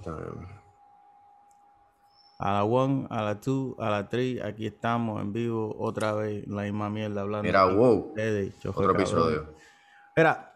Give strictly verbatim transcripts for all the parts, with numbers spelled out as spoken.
time. A la one, a la two, a la three, aquí estamos en vivo otra vez, la misma mierda hablando. Mira, aquí wow, con ustedes, chofer otro cabrón. episodio. Mira,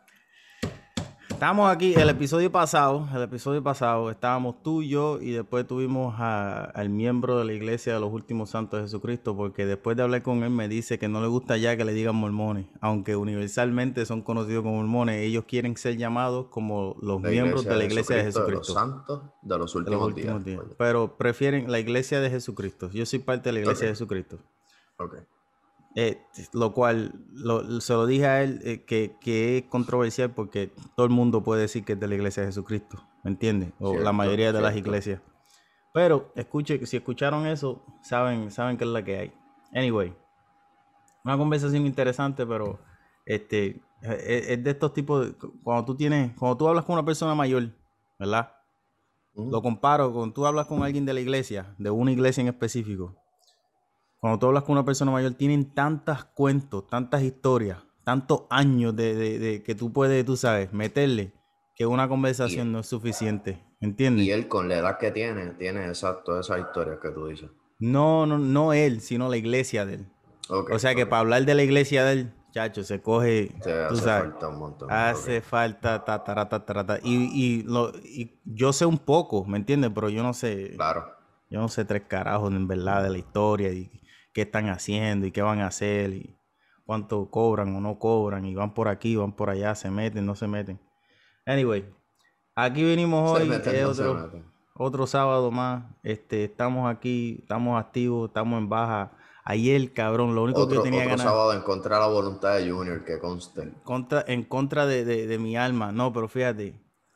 estamos aquí, el episodio pasado, el episodio pasado, estábamos tú y yo y después tuvimos a- al miembro de la Iglesia de los Últimos Santos de Jesucristo, porque después de hablar con él me dice que no le gusta ya que le digan mormones, aunque universalmente son conocidos como mormones, ellos quieren ser llamados como los La miembros iglesia de la de Iglesia de Jesucristo, de los Jesucristo. santos de los De los últimos, últimos días, días. Oye. pero prefieren la Iglesia de Jesucristo. Yo soy parte de la Iglesia Ok. de Jesucristo. Ok. Eh, lo cual lo- se lo dije a él eh, que, que es controversial porque todo el mundo puede decir que es de la Iglesia de Jesucristo, ¿me entiendes? O la Cierto, mayoría de las cierto. iglesias. Pero escuche, si escucharon eso, saben, saben qué es la que hay. Anyway, una conversación interesante, pero este es, es de estos tipos de- cuando tú tienes, cuando tú hablas con una persona mayor, ¿verdad? Mm. Lo comparo con tú hablas con alguien de la iglesia, de una iglesia en específico. Cuando tú hablas con una persona mayor, tienen tantas cuentos, tantas historias, tantos años de, de- de que tú puedes, tú sabes, meterle, que una Y, conversación no es suficiente, y ¿entiendes? él con la edad que tiene, tiene exacto esas historias que tú dices. No, no, no él, sino la iglesia de él. Ok, O sea que ok. para hablar de la iglesia de él, chacho, se coge, Te tú hace sabes, falta un montón. hace Ok. falta, ta, ta, ta, ta, ta, ta. Y, y, lo, y yo sé un poco, ¿me entiendes? Pero yo no sé, Claro. yo no sé tres carajos en verdad de la historia y qué están haciendo y qué van a hacer y cuánto cobran o no cobran y van por aquí, van por allá, se meten, no se meten. Anyway, aquí venimos Se hoy, meten, es no se otro, meten. otro sábado más. Este, estamos aquí, estamos activos, estamos en baja. Ayer, cabrón, lo único que yo Otro, tenía otro ganas sábado en contra de la voluntad de Junior, que conste. contra, en contra de, de, de mi alma. No, pero fíjate,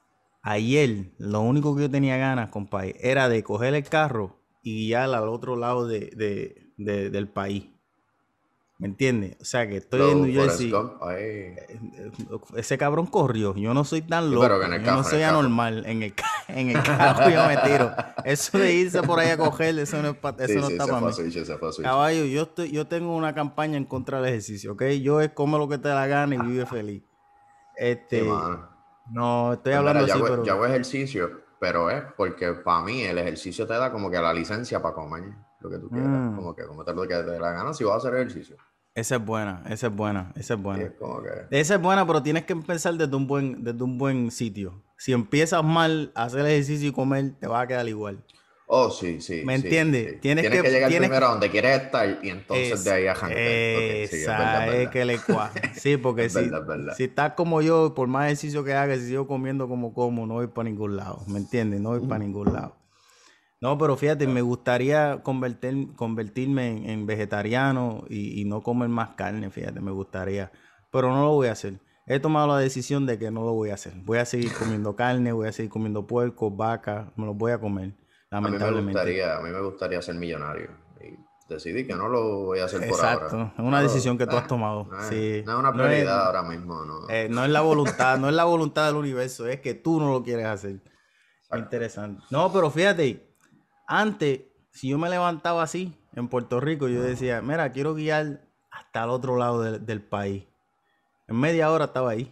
ayer lo único que yo tenía ganas, compadre, era de coger el carro y guiar al otro lado de, de- de- del país. ¿Me entiendes? O sea que estoy en Flow, New Forrest Jersey. Gump. Ay. eh, eh, Ese cabrón corrió. Yo no soy tan Sí, pero que en loco. el Yo no cajo, en soy el cajo. anormal. En el, ca- en el carro yo me tiro. Eso de irse por ahí a coger, eso no, es pa- eso Sí, no sí, está se para fue a mí. Switch, se fue a Switch. Caballo, yo estoy, yo tengo una campaña en contra del ejercicio, ¿ok? Yo es come lo que te da la gana y vive feliz. Sí, Este, mano. no estoy Pues mira, hablando yo así, hago, yo pero hago ejercicio, pero es porque para mí el ejercicio te da como que la licencia para comer lo que tú quieras. mm, Como que como te lo que te dé la gana si vas a hacer ejercicio. esa es buena, esa es buena, esa es Sí, buena. es como que... Esa es buena, pero tienes que empezar desde un buen, desde un buen sitio. Si empiezas mal a hacer ejercicio y comer, te va a quedar igual. Oh, sí, sí, ¿Me sí, entiendes? sí. Tienes Tienes que, que llegar tienes primero a que, donde quieres estar y entonces de es, ahí arrancar. Ok, sí, es verdad, esa es es verdad. que le cuaja. Sí, porque Es si, verdad, es verdad. si estás como yo, por más ejercicio que haga, si sigo comiendo como como, no voy para ningún lado. ¿Me entiendes? No voy para ningún lado. No, pero fíjate, me gustaría convertir, convertirme en, en vegetariano y, y no comer más carne, fíjate, me gustaría. Pero no lo voy a hacer. He tomado la decisión de que no lo voy a hacer. Voy a seguir comiendo carne, voy a seguir comiendo puerco, vaca, me los voy a comer, A mí me lamentablemente. gustaría, a mí me gustaría ser millonario. Y decidí que no lo voy a hacer por ahora. Exacto, es una No, decisión lo, que tú has eh, tomado. no, es, Sí, no es una no es, prioridad ahora mismo, no. eh, no es la voluntad, no es la voluntad del universo, es que tú no lo quieres hacer. Exacto. Interesante. No, pero fíjate, antes, si yo me levantaba así en Puerto Rico, yo decía, mira, quiero guiar hasta el otro lado del, del país. En media hora estaba ahí.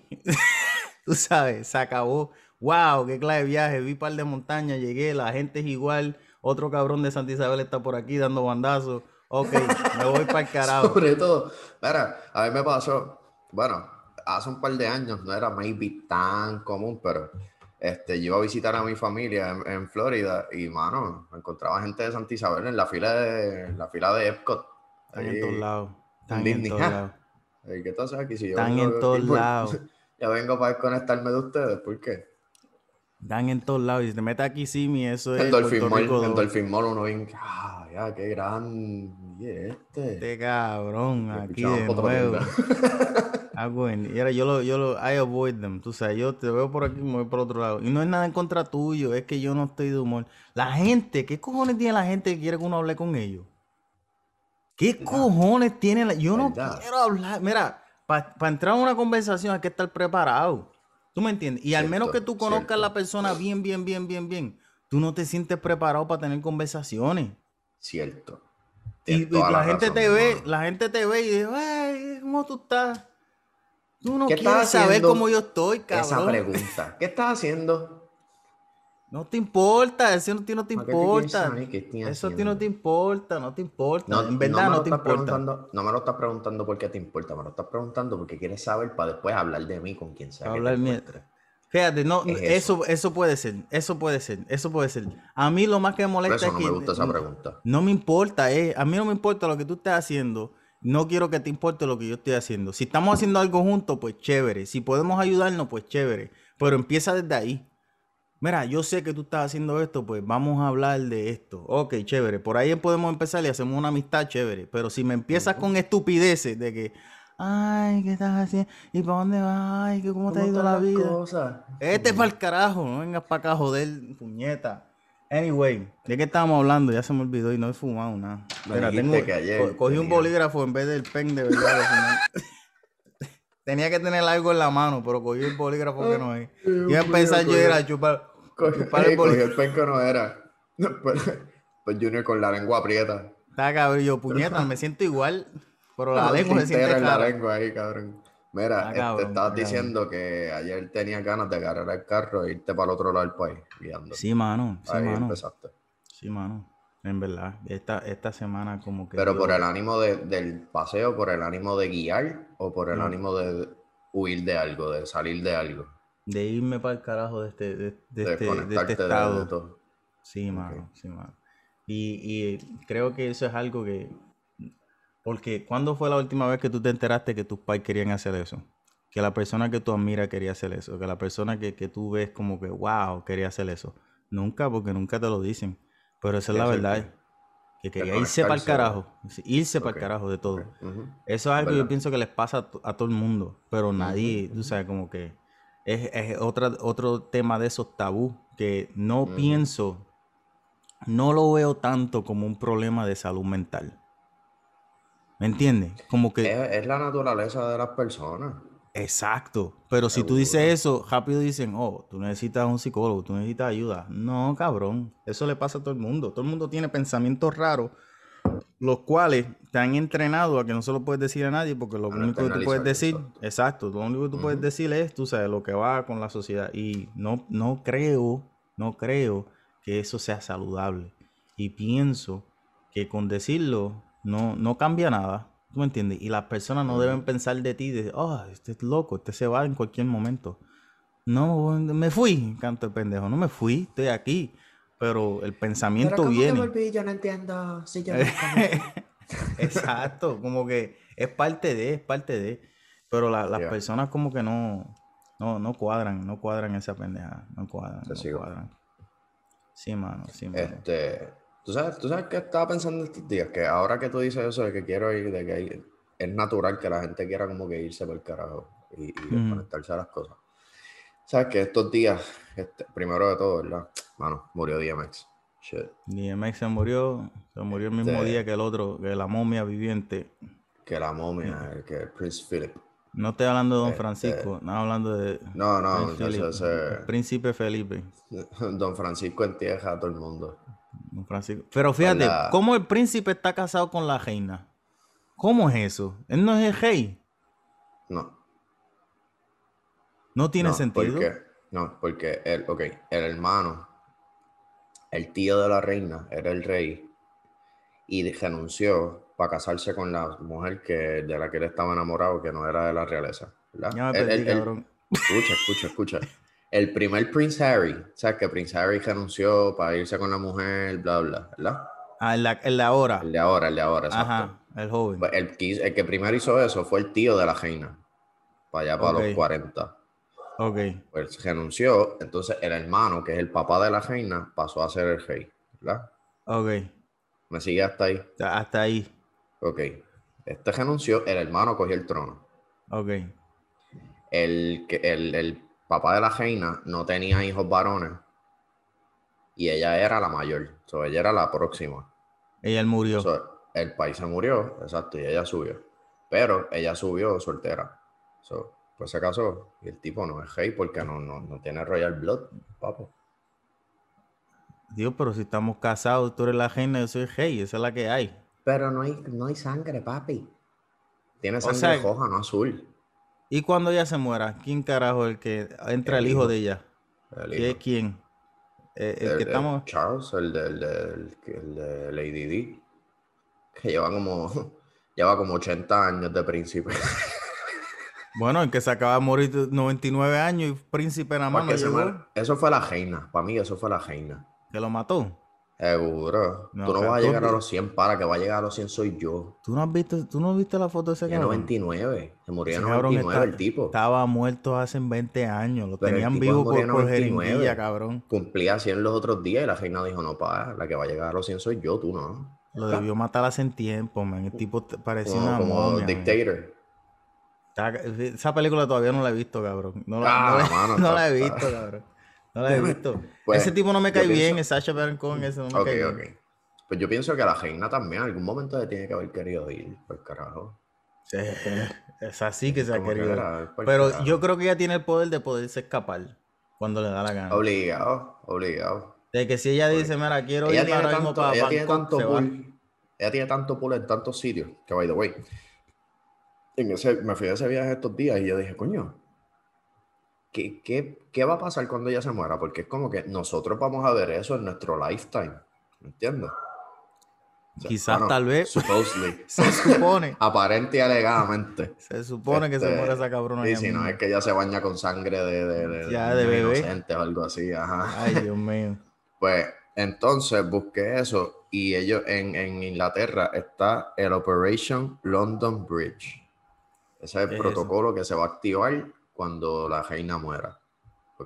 Tú sabes, se acabó. Wow, qué clase de viaje. Vi par de montañas, llegué, la gente es igual. Otro cabrón de Santa Isabel está por aquí dando bandazos. Ok, me voy para el carajo. Sobre todo, mira, a mí me pasó, bueno, hace un par de años no era maybe tan común, pero este, yo iba a visitar a mi familia en, en Florida y, mano, me encontraba gente de Santa Isabel en la fila de, en la fila de Epcot, Están en todos ahí lados. en Están en Disney. todos lados. ¡Ja! ¿Qué tú haces aquí? Si yo Están en vengo todos aquí por, lados. yo vengo para desconectarme de ustedes, ¿por qué? Están en todos lados. Y si te metes aquí, Simi, eso En es Dolphin Puerto Rico Mall, en dos. Dolphin Mall uno ve, ah, ya, qué gran, y este, Este cabrón, y aquí escuchaban de por otra tienda. nuevo. Ah, bueno, y ahora yo lo, yo lo, I avoid them, tú sabes, yo te veo por aquí y me voy por otro lado. Y no es nada en contra tuyo, es que yo no estoy de humor. La gente, ¿qué cojones tiene la gente que quiere que uno hable con ellos? ¿Qué cojones tiene la... Yo no ¿Verdad? quiero hablar. Mira, para entrar a una conversación hay que estar preparado. ¿Tú me entiendes? Y al menos que Cierto, tú conozcas a la cierto, persona bien, bien, bien, bien, bien, tú no te sientes preparado para tener conversaciones. cierto. Tienes Y, y toda la la gente razón, mi te ve, hermano. la gente te ve y dice, ay, ¿cómo tú estás? Tú no ¿Qué estás quieres saber cómo yo haciendo? estoy, Esa cabrón. pregunta. ¿Qué estás haciendo? No te importa, eso no, a ti no te ¿Para qué tú quieres importa. saber qué estoy Eso a ti no haciendo? te importa, no te importa. No, En no verdad me no lo te estás importa. preguntando, no me lo estás preguntando porque te importa, me lo estás preguntando porque quieres saber para después hablar de mí con quien sea Para que te hablar mierda. encuentres. Fíjate, no, Es eso. eso, eso puede ser, eso puede ser, eso puede ser. A mí lo más que me Por molesta eso es no que me gusta esa n- pregunta. no me importa, eh. A mí no me importa lo que tú estés haciendo. No quiero que te importe lo que yo estoy haciendo. Si estamos haciendo algo juntos, pues chévere. Si podemos ayudarnos, pues chévere. Pero empieza desde ahí. Mira, yo sé que tú estás haciendo esto, pues vamos a hablar de esto. Ok, chévere. Por ahí podemos empezar y hacemos una amistad chévere. Pero si me empiezas Ujú. con estupideces de que, ay, ¿qué estás haciendo? ¿Y para dónde vas? Ay, ¿cómo te ha ¿Cómo ido están la las vida? cosas? Este es para el carajo, no vengas para acá a joder, puñeta. Anyway, ¿de qué estábamos hablando? Ya se me olvidó y no he fumado nada. Me Mira, tengo, dijiste que co- ayer cogí un tenía. bolígrafo en vez del pen de verdad de fumar. Tenía que tener algo en la mano, pero cogí el bolígrafo que no es. Iba a Un mío empezar yo cogió, era a chupar, cogió, chupar el cogió bolígrafo. el penco no era. Pues, pues Junior con la lengua aprieta. Está cabrón, yo, puñeta, me siento igual, pero la La lengua se siente tintera en la rara. lengua ahí, cabrón. Mira, Está este, cabrón, estabas está cabrón. diciendo que ayer tenías ganas de agarrar el carro e irte para el otro lado del país, guiando. Sí, mano, sí, Ahí mano, empezaste. sí, mano. En verdad, esta, esta semana como que Pero por el dio ánimo de- del paseo, por el ánimo de guiar o por el no, ánimo de huir de algo, de salir de algo, de irme para el carajo de este, de, de de este, de este desconectarte de, de estado. todo. Sí, Ok. mano, sí, mano. Y, y creo que eso es algo que, porque ¿cuándo fue la última vez que tú te enteraste que tus pais querían hacer eso? Que la persona que tú admiras quería hacer eso, que la persona que, que tú ves como que, wow, quería hacer eso. Nunca, porque nunca te lo dicen. Pero esa es ¿Qué la es el verdad, qué? que quería irse para el Desconectarse de... carajo, irse para Ok, el carajo de ok. todo. Ujú. Eso es Es algo que yo verdad. pienso que les pasa a, to- a todo el mundo, pero Ujú, nadie, tú ujú, sabes, como que es, es otra, otro tema de esos tabú que no ujú. pienso, no lo veo tanto como un problema de salud mental. ¿Me entiendes? Como que, Es, es la naturaleza de las personas, exacto, pero si tú dices seguro. eso, rápido dicen, oh, tú necesitas un psicólogo, tú necesitas ayuda. No, cabrón, eso le pasa a todo el mundo. Todo el mundo tiene pensamientos raros los cuales te han entrenado a que no se lo puedes decir a nadie porque lo A no único que tú puedes externalizarlo, decir, exacto. exacto, lo único que tú puedes Ujú. decir es, tú sabes, lo que va con la sociedad y no, no creo, no creo que eso sea saludable y pienso que con decirlo no, no cambia nada, ¿tú me entiendes? Y las personas no deben Ujú. pensar de ti, de, oh, este es loco, este se va en cualquier momento. No, me fui, canto de pendejo, no me fui, estoy aquí, pero el Pero pensamiento ¿cómo que viene. volví? Yo no entiendo si yo nunca me fui. Exacto, como que es parte de, es parte de. Pero la- las Ya, personas como que no, no, no cuadran, no cuadran esa pendeja, no cuadran, te no sigo. cuadran. Sí, mano, sí, mano. Este, ¿tú sabes, tú sabes qué estaba pensando estos días? Que ahora que tú dices eso de que quiero ir, de que hay- es natural que la gente quiera como que irse por el carajo y, y Ujú. desconectarse de las cosas. ¿Sabes que estos días, este, primero de todo, ¿verdad? Mano, murió D M X. Shit. D M X se murió, se murió el mismo día Este, que el otro, que la momia viviente. que la Eh, momia, el que Prince Philip. No estoy hablando de Don Este, Francisco, no hablando de no, no, Prince muchacho, Philip, el ese, príncipe Felipe. Don Francisco entierra a todo el mundo. Don Francisco. Pero Pues fíjate, la, ¿cómo el príncipe está casado con la reina? ¿Cómo es eso? Él no es el rey. no, No tiene no, sentido. porque, no, porque el, ok, el hermano, el tío de la reina, era el rey y renunció para casarse con la mujer que, de la que él estaba enamorado, que no era de la realeza, ¿verdad? Ya me Él, perdí, él, él- cabrón. escucha, escucha, escucha. El primer Prince Harry, ¿sabes? Que Prince Harry renunció para irse con la mujer, bla, bla, ¿verdad? Ah, en la, en la El hora. de ahora, el de ahora, exacto. Ajá, el joven. Pues el que, hizo- el que primero hizo eso fue el tío de la reina, para allá para Ok, los cuarenta. ok, Pues renunció, entonces el hermano, que es el papá de la reina, pasó a ser el rey, ¿verdad? ok. ¿Me sigue hasta ahí? Ta- Hasta ahí. Ok. Este renunció, el hermano cogió el trono. Ok. El, que- el, el papá de la reina no tenía hijos varones y ella era la mayor, so, ella era la próxima. Ella murió. So, el país se murió, exacto, y ella subió. Pero ella subió soltera. So, pues se casó y el tipo no es rey porque no, no, no tiene royal blood, papo. Dios, pero si estamos casados, tú eres la reina, yo soy el rey. Esa es la que hay. Pero no hay, no hay sangre, papi. Tiene O sangre sea, roja, no azul. ¿y cuando ella se muera? ¿Quién carajo es el que entra el El hijo de hijo, ella? el ¿Qué es hijo. quién? Eh, el El, que el estamos... Charles, el de, el de, el, el de Lady D, que lleva como, lleva como ochenta años de príncipe. Bueno, el que se acaba de morir de noventa y nueve años y príncipe nada más no Porque se muere. llegó. Eso fue la reina. Para mí, eso fue la reina. Que lo mató. Seguro. Tú No, no ca- vas a ¿tú, has llegar a vi- los cien para, que va a llegar a los cien soy yo. tú no has visto, tú no has visto la foto de ese Tiene cabrón? noventa y nueve. Se murió de Ese noventa cabrón y nueve está, el tipo. estaba muerto hace veinte años. Lo Pero el tenían tipo se vivo murió por, de por noventa y jeringuilla, nueve. cabrón. Cumplía cien los otros días y la reina dijo, no, pa, la que va a llegar a los cien soy yo, tú no. Lo debió matar hace tiempo, man. El tipo te- parecía Como, una como momia, man. Dictator. Está- Esa película todavía no la he visto, cabrón. No la, no la- Ah, mano, no está, la he está. visto, cabrón. No la he visto. Pues Ese tipo no me yo cae bien, pienso, el Sacha Baron Cohen, ese no me ok, cae ok. bien. Pues yo pienso que la reina también en algún momento se tiene que haber querido ir, por carajo. Sí, es así que se ha Como que querido ir. era, por Pero yo carajo. creo que ella tiene el poder de poderse escapar cuando le da la gana. Obligado, obligado. De que si ella dice, obligado. mira, quiero Ella irme tiene ahora mismo tanto, para ella tiene Bangkok, se tanto va. pull, ella tiene tanto pull en tantos sitios, que by the way, en ese, me fui a ese viaje estos días y yo dije, coño, ¿qué, qué, qué va a pasar cuando ella se muera? Porque es como que nosotros vamos a ver eso en nuestro lifetime, ¿me entiendes? O sea, Quizás bueno, tal vez supposedly, se supone, aparente y alegadamente. se supone que se muere esa Este, cabrona y ya si no es mismo. que ella se baña con sangre de, de, de, de Ya de niños bebé. inocentes o algo así, ajá. Ay, Dios mío. Pues entonces busqué eso y ellos en, en Inglaterra está el Operation London Bridge. Ese es el ¿Qué es eso? protocolo que se va a activar cuando la reina muera. ¿Ok?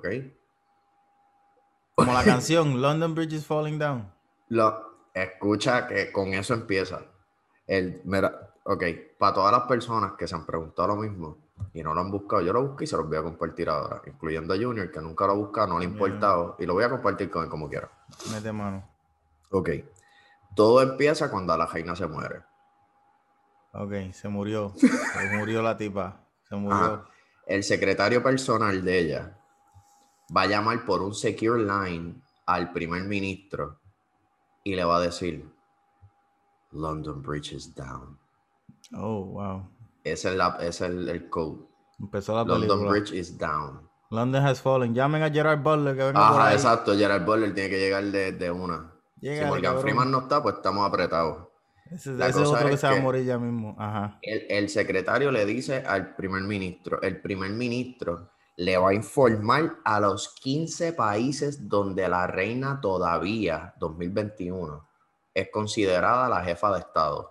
Como la canción London Bridge is Falling Down. Lo, escucha que con eso empieza. El, mira, ok, para todas las personas que se han preguntado lo mismo y no lo han buscado, yo lo busqué y se los voy a compartir ahora, incluyendo a Junior, que nunca lo ha buscado, no le ha Yeah. importado, y lo voy a compartir con él como quiera. Mete mano. Ok, todo empieza cuando la reina se muere. Ok, se murió. Se murió la tipa. Se murió. Ajá. El secretario personal de ella va a llamar por un secure line al primer ministro y le va a decir, London Bridge is down. Oh, wow. Ese es, la, ese es el, el code. Empezó la London película. Bridge is down. London has fallen. Llamen a Gerard Butler que venga por Ajá, ahí. exacto. Gerard Butler tiene que llegar de, de una. Llégale, si Morgan cabrón. Freeman no está, pues estamos apretados. Ese, La ese es cosa otro que es se va a que morir ya mismo. Ajá. el, el secretario le dice al primer ministro, el primer ministro le va a informar a los quince países donde la reina todavía, dos mil veintiuno, es considerada la jefa de Estado.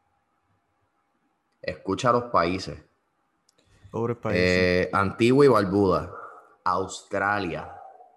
Escucha los países. Pobres países. Eh, Antigua y Barbuda, Australia,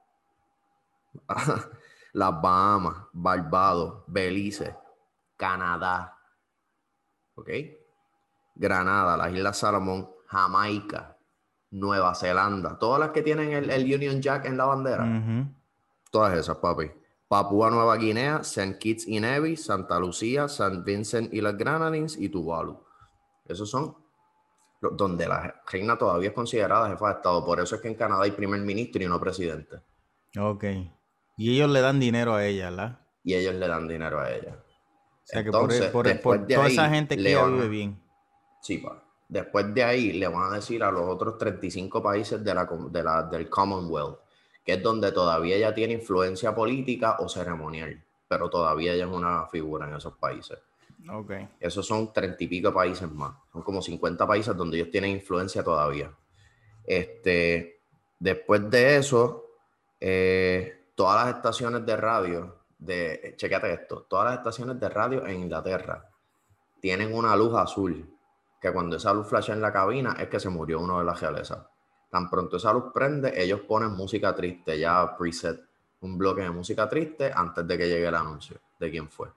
las Bahamas, Barbados, Belice, Canadá, ¿ok? Granada, las Islas Salomón, Jamaica, Nueva Zelanda, todas las que tienen el, el Union Jack en la bandera, Uh-huh. todas esas, papi. Papúa Nueva Guinea, Saint Kitts y Nevis, Santa Lucía, Saint Vincent y las Grenadines y Tuvalu. Esos son los, donde la reina todavía es considerada jefa de Estado. Por eso es que en Canadá hay primer ministro y no presidente. Ok. Y ellos le dan dinero a ella, ¿verdad? Y ellos le dan dinero a ella. O sea Entonces, que por, por, después por de toda ahí, esa gente que le ella van vive a- bien. Sí, pa. Después de ahí le van a decir a los otros treinta y cinco países de la, de la, del Commonwealth, que es donde todavía ella tiene influencia política o ceremonial, pero todavía ella es una figura en esos países. Ok. Esos son treinta y pico países más. Son como cincuenta países donde ellos tienen influencia todavía. Este, después de eso, eh, todas las estaciones de radio, de, chequéate esto, todas las estaciones de radio en Inglaterra tienen una luz azul, que cuando esa luz flashea en la cabina es que se murió uno de la realeza. Tan pronto esa luz prende, ellos ponen música triste, ya preset, un bloque de música triste antes de que llegue el anuncio de quién fue.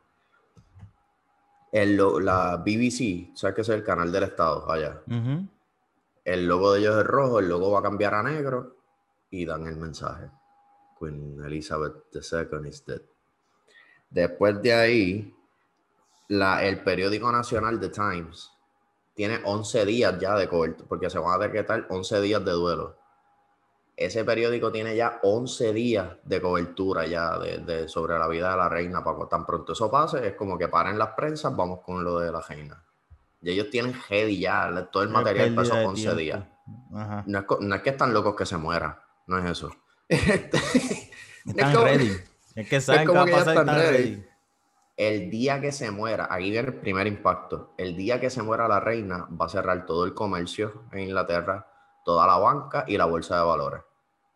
El, la B B C, ¿sabes qué es el canal del Estado allá? Uh-huh. El logo de ellos es rojo, el logo va a cambiar a negro y dan el mensaje. Queen Elizabeth the Second is dead. Después de ahí, la, el periódico nacional The Times tiene once días ya de cobertura, porque se van a decretar once días de duelo. Ese periódico tiene ya once días de cobertura ya de, de, sobre la vida de la reina. Para tan pronto eso pase, es como que paren las prensas, vamos con lo de la reina. Y ellos tienen heavy ya, todo el Es material para pérdida esos de once días. tiempo. Ajá. No es, no es que están locos que se muera, no es eso. Están es como, ready. Es que es saben qué como va a que ya pasar y están están ready. ready. El día que se muera, aquí viene el primer impacto. El día que se muera la reina, va a cerrar todo el comercio en Inglaterra, toda la banca y la bolsa de valores.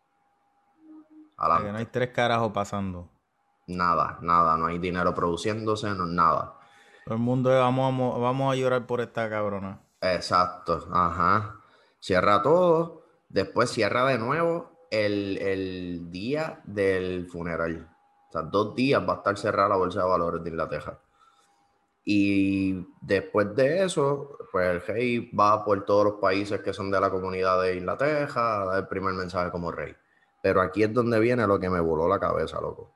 O sea, que no hay Adelante. tres carajos pasando. Nada, nada, no hay dinero produciéndose, no, nada. Todo el mundo es, vamos, a mo- vamos a llorar por esta cabrona. Exacto, ajá. Cierra todo, después cierra de nuevo el, el día del funeral. O sea, dos días va a estar cerrada la bolsa de valores de Inglaterra. Y después de eso, pues el rey va por todos los países que son de la comunidad de Inglaterra a dar el primer mensaje como rey. Pero aquí es donde viene lo que me voló la cabeza, loco.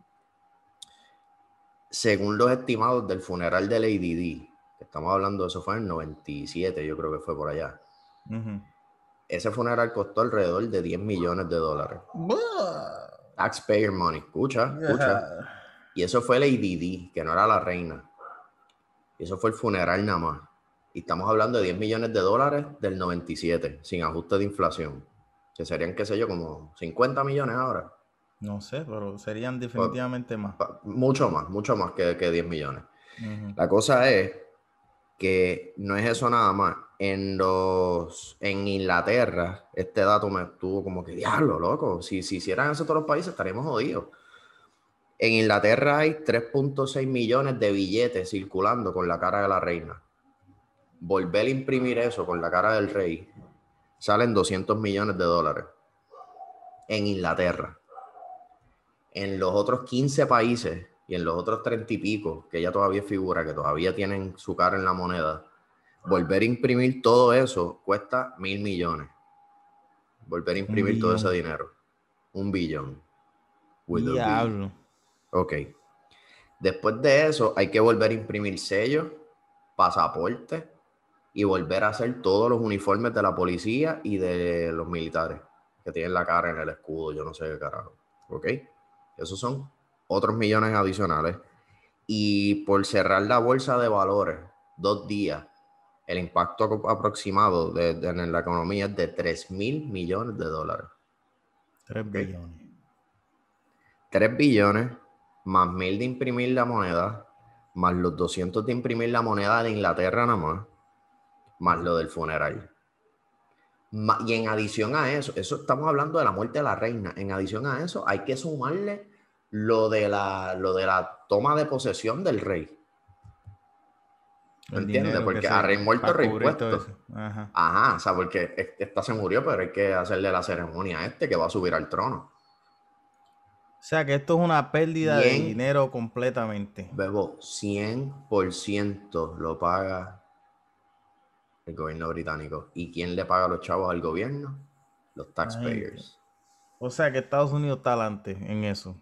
Según los estimados del funeral de Lady Di, que estamos hablando de eso fue en el noventa y siete, yo creo que fue por allá. Uh-huh. Ese funeral costó alrededor de diez millones de dólares. Taxpayer money. Escucha, escucha. Y eso fue Lady Di, que no era la reina. Y eso fue el funeral nada más. Y estamos hablando de diez millones de dólares del noventa y siete, sin ajuste de inflación. Que serían, qué sé yo, como cincuenta millones ahora. No sé, pero serían Pues, definitivamente más. pa- mucho más, mucho más que, que diez millones. Uh-huh. La cosa es que no es eso nada más. En los en Inglaterra, este dato me estuvo como que, diablo, loco. Si, si hicieran eso todos los países, estaríamos jodidos. En Inglaterra hay tres punto seis millones de billetes circulando con la cara de la reina. Volver a imprimir eso con la cara del rey, salen doscientos millones de dólares. En Inglaterra. En los otros quince países y en los otros treinta y pico, que ella todavía figura, que todavía tienen su cara en la moneda, volver a imprimir todo eso cuesta mil millones. Volver a Un imprimir todo ese billón. dinero. Un billón. With a B. Diablo. Ok. Después de eso, hay que volver a imprimir sellos, pasaportes y volver a hacer todos los uniformes de la policía y de los militares que tienen la cara en el escudo, yo no sé qué carajo. Ok. Esos son otros millones adicionales. Y por cerrar la bolsa de valores dos días, el impacto aproximado de, de, en la economía es de tres mil millones de dólares. Tres ¿Okay? billones. tres billones más mil de imprimir la moneda, más los doscientos de imprimir la moneda de Inglaterra nada más, más lo del funeral. Y en adición a eso, eso estamos hablando de la muerte de la reina. En adición a eso, hay que sumarle lo de la, lo de la toma de posesión del rey. ¿Me El entiendes? dinero que Porque a se... rey muerto, Para rey cubrir todo puesto. eso. Ajá. Ajá, o sea, porque esta se murió, pero hay que hacerle la ceremonia a este que va a subir al trono. O sea que esto es una pérdida de cien, dinero completamente. bebo, cien por ciento lo paga el gobierno británico. ¿Y quién le paga a los chavos al gobierno? Los taxpayers. O sea que Estados Unidos está adelante en eso.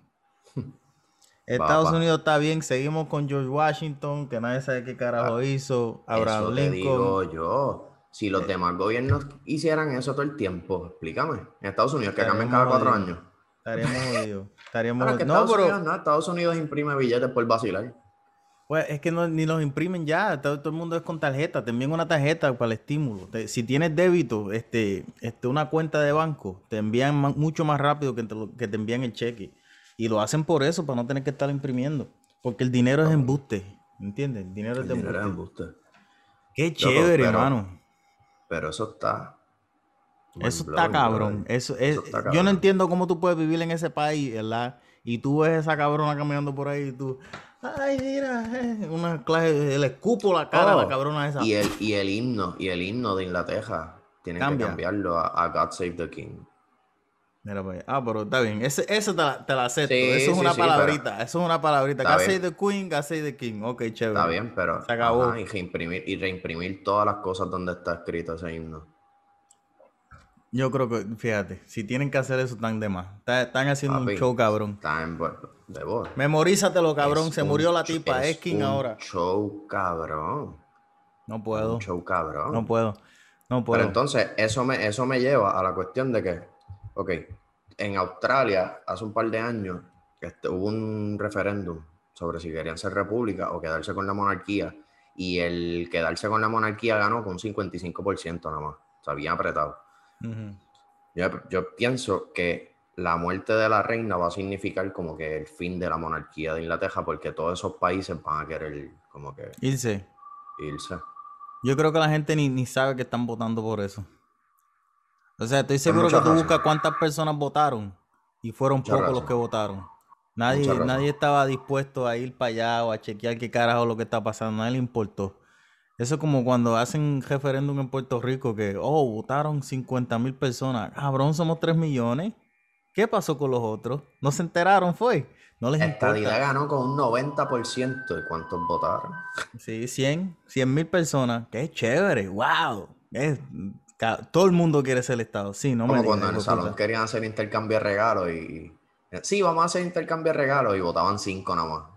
Estados Papá, Unidos está bien, seguimos con George Washington, que nadie sabe qué carajo hizo, eso Abraham te Lincoln, digo yo. Si los eh, demás gobiernos hicieran eso todo el tiempo, explícame. En Estados Unidos, que cambian estaríamos cada cuatro jodidos, años. estaríamos jodidos, Ahora estaríamos es que jod- No, Estados Unidos pero no, Estados Unidos imprime billetes por vacilar. pues es que no, ni los imprimen ya, todo, todo el mundo es con tarjeta, te envían una tarjeta para el estímulo. Te- si tienes débito, este, este, una cuenta de banco, te envían ma- mucho más rápido que te, lo- que te envían el cheque. Y lo hacen por eso, para no tener que estar imprimiendo. Porque el dinero es embuste, ¿entiendes? El dinero es El de dinero es embuste. embuste. Qué Loco, chévere, pero, hermano. pero eso está Eso mind está blowing, cabrón. brother. Eso es, Eso está yo no cabrón. entiendo cómo tú puedes vivir en ese país, ¿verdad? Y tú ves esa cabrona caminando por ahí y tú, ay, mira, eh, una clase, le escupo la cara a la Oh, cabrona esa. y el, y el himno, y el himno de Inglaterra, tienen que Cambia. cambiarlo a, a God Save the King. Mira, pues, ah, pero está bien. Ese, eso te la, te la acepto. Eso Sí, es sí, una sí, pero palabrita. Eso es una palabrita. está God save bien, the queen, God save the king. Ok, está chévere. bien, pero, Se ajá, y acabó. reimprimir, y reimprimir todas las cosas donde está escrito ese himno. Yo creo que, fíjate, si tienen que hacer eso, están de más. Está- Están haciendo un Papi, show, cabrón. está en de voz. Memorízatelo, cabrón. Es Se murió un, la ch- tipa. Es es king un ahora. show cabrón. No Es un puedo. show No cabrón. puedo. No Pero puedo. entonces, eso me, eso me lleva a la cuestión de que, ok, en Australia, hace un par de años, este, hubo un referéndum sobre si querían ser república o quedarse con la monarquía, y el quedarse con la monarquía ganó con un cincuenta y cinco por ciento nada más. O sea, bien apretado. Ujú. Yo, yo pienso que la muerte de la reina va a significar como que el fin de la monarquía de Inglaterra, porque todos esos países van a querer como que Irse. irse. Yo creo que la gente ni, ni sabe que están votando por eso. O sea, estoy Hay seguro mucha que tú razón. buscas cuántas personas votaron y fueron Mucha pocos los razón. que votaron. Mucha Nadie, razón. nadie estaba dispuesto a ir para allá o a chequear qué carajo lo que está pasando. Nadie le importó. Eso es como cuando hacen referéndum en Puerto Rico que, oh, votaron cincuenta mil personas. Cabrón, somos tres millones. ¿Qué pasó con los otros? ¿No se enteraron, fue? No les Estadidad importa. ganó con un noventa por ciento. ¿Y cuántos votaron? Sí, cien, cien mil personas. Qué chévere, wow. Es, ca- todo el mundo quiere ser el Estado. Sí, no me Como digas, cuando en hijo el de salón puta. querían hacer intercambio de regalos y... Sí, vamos a hacer intercambio de regalos y votaban cinco nada más.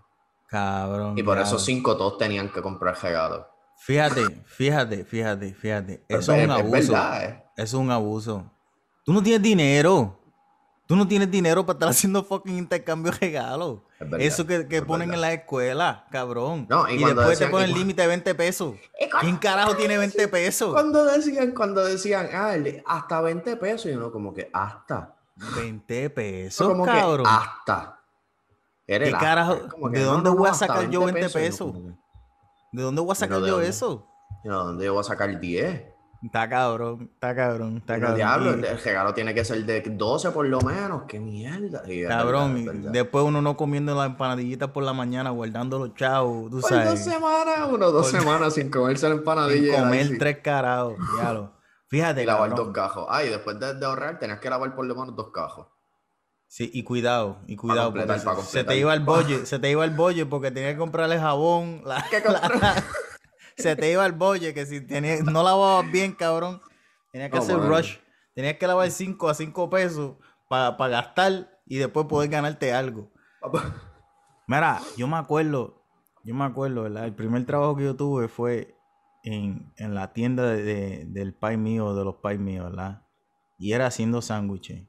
Y Cabrón, por esos diablo. cinco todos tenían que comprar regalos. Fíjate, fíjate, fíjate, fíjate. Es, Eso es un es- es abuso. verdad, ¿eh? Eso es un abuso. Tú no tienes dinero. Tú no tienes dinero para estar haciendo fucking intercambio de regalos. Es verdad, Eso que, que es ponen en verdad. la escuela, cabrón. No, y Y cuando después te decían... Y ponen cu- límite de veinte pesos. y cu- ¿Quién carajo tiene veinte pesos? cuando decían, cuando decían, ah, el- hasta veinte pesos, y uno como que hasta. veinte Uno pesos, como que cabrón. hasta. Era el ¿Qué hasta. Es carajo? como ¿De que no, dónde no, voy no, a hasta sacar yo veinte veinte pesos. Y uno pesos? como que, ¿De dónde voy a pero sacar ¿de yo dónde? eso? Y uno, ¿dónde yo voy a sacar diez? Está cabrón, está cabrón, Y está uno, cabrón. diablo, Y el regalo tiene que ser de doce por lo menos. ¡Qué mierda! Y es verdad, cabrón, es y verdad. después uno no comiendo las empanadillitas por la mañana, guardando los chavos, tú Por dos sabes, semanas, uno, dos por- semanas sin comerse la sin empanadilla y el comer icy. tres carajos, diablo. Y Fíjate, lavar dos cabrón. cajos. Ah, y después de, de ahorrar, tenías que lavar por lo menos dos cajos. Sí, y cuidado, y Para cuidado, porque completar, se, para se te completar. iba el Pa- bolle, se te iba el bolle porque tenías que comprarle jabón, la, ¿Qué compré? la- se te iba el bolle, que si tenías, no lavabas bien, cabrón, tenías que No, hacer mano. rush, tenías que lavar cinco a cinco pesos para gastar y después poder ganarte algo. Papá. Mira, yo me acuerdo, yo me acuerdo, ¿verdad? El primer trabajo que yo tuve fue en, en la tienda de, de- del pai mío, de los pais míos, ¿verdad? Y era haciendo sándwiches.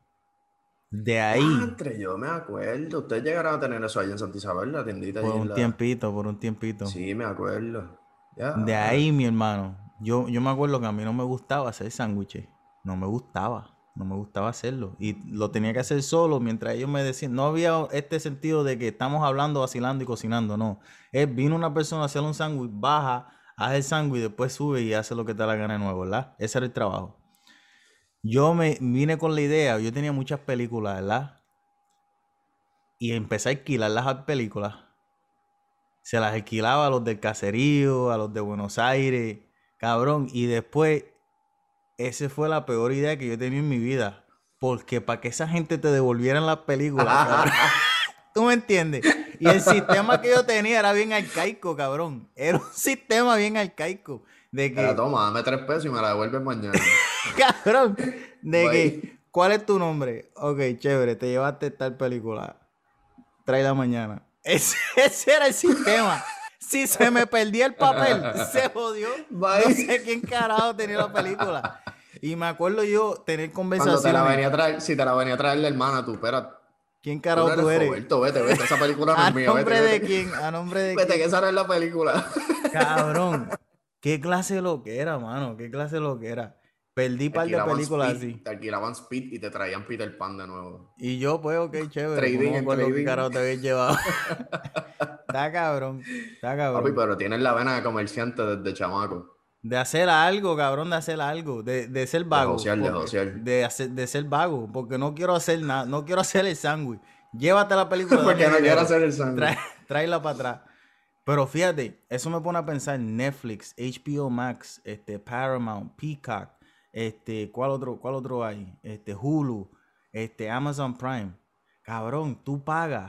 De ahí, Entre yo me acuerdo. Ustedes llegaron a tener eso allá en Santa Isabel, la tiendita por allí en un la. tiempito, por un tiempito. Sí, me acuerdo. De Ya. ahí, mi hermano, yo, yo me acuerdo que a mí no me gustaba hacer sándwiches. No me gustaba, no me gustaba hacerlo. Y lo tenía que hacer solo mientras ellos me decían. No había este sentido de que estamos hablando, vacilando y cocinando, no. Es, vino una persona a hacer un sándwich, baja, hace el sándwich, después sube y hace lo que te da la gana de nuevo, ¿verdad? Ese era el trabajo. Yo me vine con la idea, yo tenía muchas películas, ¿verdad? Y empecé a alquilar las películas. Se las alquilaba a los del caserío, a los de Buenos Aires, cabrón. Y después, esa fue la peor idea que yo he tenido en mi vida. Porque para que esa gente te devolvieran las películas, cabrón. ¿Tú me entiendes? Y el sistema que yo tenía era bien arcaico, cabrón. Era un sistema bien arcaico. De Era, que, toma, dame tres pesos y me la devuelves mañana. cabrón, de Bye. que, ¿cuál es tu nombre? Ok, chévere, te llevaste tal película. Tráela mañana. Ese, ese era el sistema. Si se me perdía el papel, se jodió. Bye. No sé quién carajo tenía la película. Y me acuerdo yo tener Cuando te la conversaciones. venía a traer, si te la venía a traer la hermana, tú, espera. ¿Quién Tú carajo no tú eres eres? Roberto, vete, vete. Esa película no ¿A es mía, vete, nombre de vete. quién? ¿A nombre de Vete, quién? que esa no es la película. Cabrón. ¿Qué clase de lo que era, mano? ¿Qué clase de lo que era? Perdí un Te par de alquilaban películas Speed, así. te alquilaban Speed y te traían Peter Pan de nuevo. Y yo, pues, ok, chévere. Trading Pues no me en acuerdo qué trading. carajo te habías llevado. Está cabrón. Está Papi, cabrón. pero tienes la vena de comerciante desde chamaco. De hacer algo, cabrón, de hacer algo. De, de ser De vago. josear, de porque- josear. de, hacer, de ser vago. Porque no quiero hacer nada. No quiero hacer el sándwich. Llévate la película. Porque dame no quiero dinero. hacer el sándwich. Trae- tráela para atrás. Pero fíjate, eso me pone a pensar Netflix, H B O Max, este, Paramount, Peacock, este, ¿cuál otro, cuál otro hay? Este, Hulu, este, Amazon Prime. Cabrón, tú pagas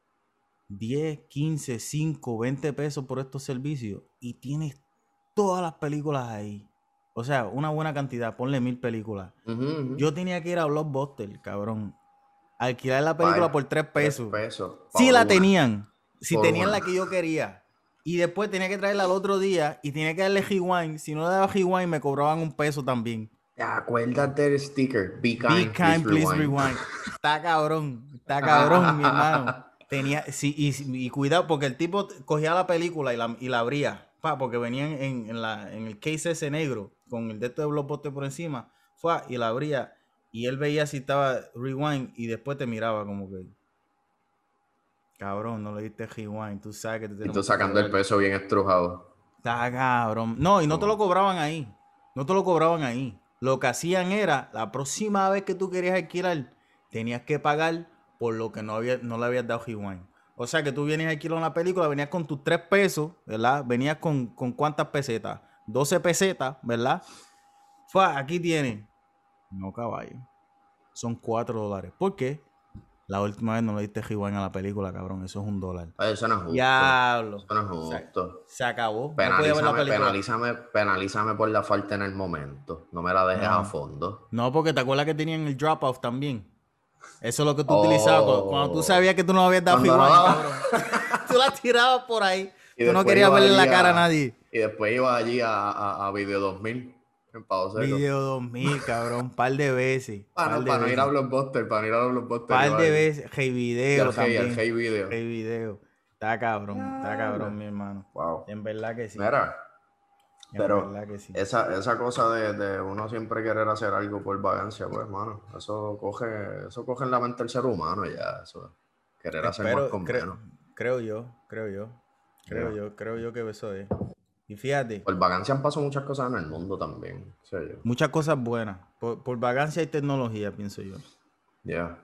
diez, quince, cinco, veinte pesos por estos servicios y tienes todas las películas ahí. O sea, una buena cantidad, ponle mil películas. Ujú, ujú. Yo tenía que ir a Blockbuster, cabrón. Alquilar la película Bye. por tres pesos. Tres pesos. Si por la una. tenían. Si Por tenían una. la que yo quería. Y después tenía que traerla al otro día y tenía que darle rewind. Si no le daba rewind me cobraban un peso también. Acuérdate del sticker. Be kind, Be kind, please rewind. rewind. Está cabrón. Está cabrón, mi hermano. Tenía, sí, y, y cuidado, porque el tipo cogía la película y la, y la abría. Pa, porque venían en, en, la, en el case ese negro, con el de esto de Blockbuster por encima. Fue y la abría. y él veía si estaba rewind y después te miraba como que, cabrón, no le diste rewind, tú sabes que te Y tenemos tú que sacando cobrar. el peso bien estrujado. Está cabrón. No, y no te lo cobraban ahí. No te lo cobraban ahí. Lo que hacían era, la próxima vez que tú querías alquilar, tenías que pagar por lo que no, había, no le habías dado rewind. O sea que tú vienes a alquilar una película, venías con tus tres pesos, ¿verdad? Venías con, con cuántas pesetas. doce pesetas, ¿verdad? Fue, aquí tienes. No, caballo. Son cuatro dólares. ¿Por qué? La última vez no le diste rewind a la película, cabrón. Eso es un dólar. Ay, eso no es justo. Diablo. Eso no es Se, justo. se acabó. No podía ver la Penalízame, película. penalízame, penalízame por la falta en el momento. No me la dejes No. a fondo. No, porque te acuerdas que tenían el drop-off también. Eso es lo que tú utilizabas. Cuando, cuando tú Oh. sabías que tú no habías dado Cuando no rewind, daba. cabrón. Tú la tirabas por ahí. Y Tú no después querías iba verle la allí cara a a- nadie. Y después iba allí a, a, a Video dos mil en Pavo Seco. Video dos mil, cabrón. Par de veces. Para Par no, de para no ir a veces. Blockbuster, para no ir a Blockbuster. Par iba de allí. veces. Hey Y video al Hey, al también. Hey Video. Hey video. Está cabrón. Está cabrón, mi hermano. Wow. En verdad que sí. Mira, En pero verdad que sí. esa, esa cosa de, de uno siempre querer hacer algo por vagancia, pues, mano, eso coge, eso coge en la mente el ser humano ya, eso, querer hacer más Espero, con cre- menos. creo yo, creo yo. Creo Yeah. yo, creo yo que eso es. Y fíjate. Por vagancia han pasado muchas cosas en el mundo también, o sea, yo. Muchas cosas buenas. Por, por vagancia y tecnología, pienso yo. Ya. Yeah.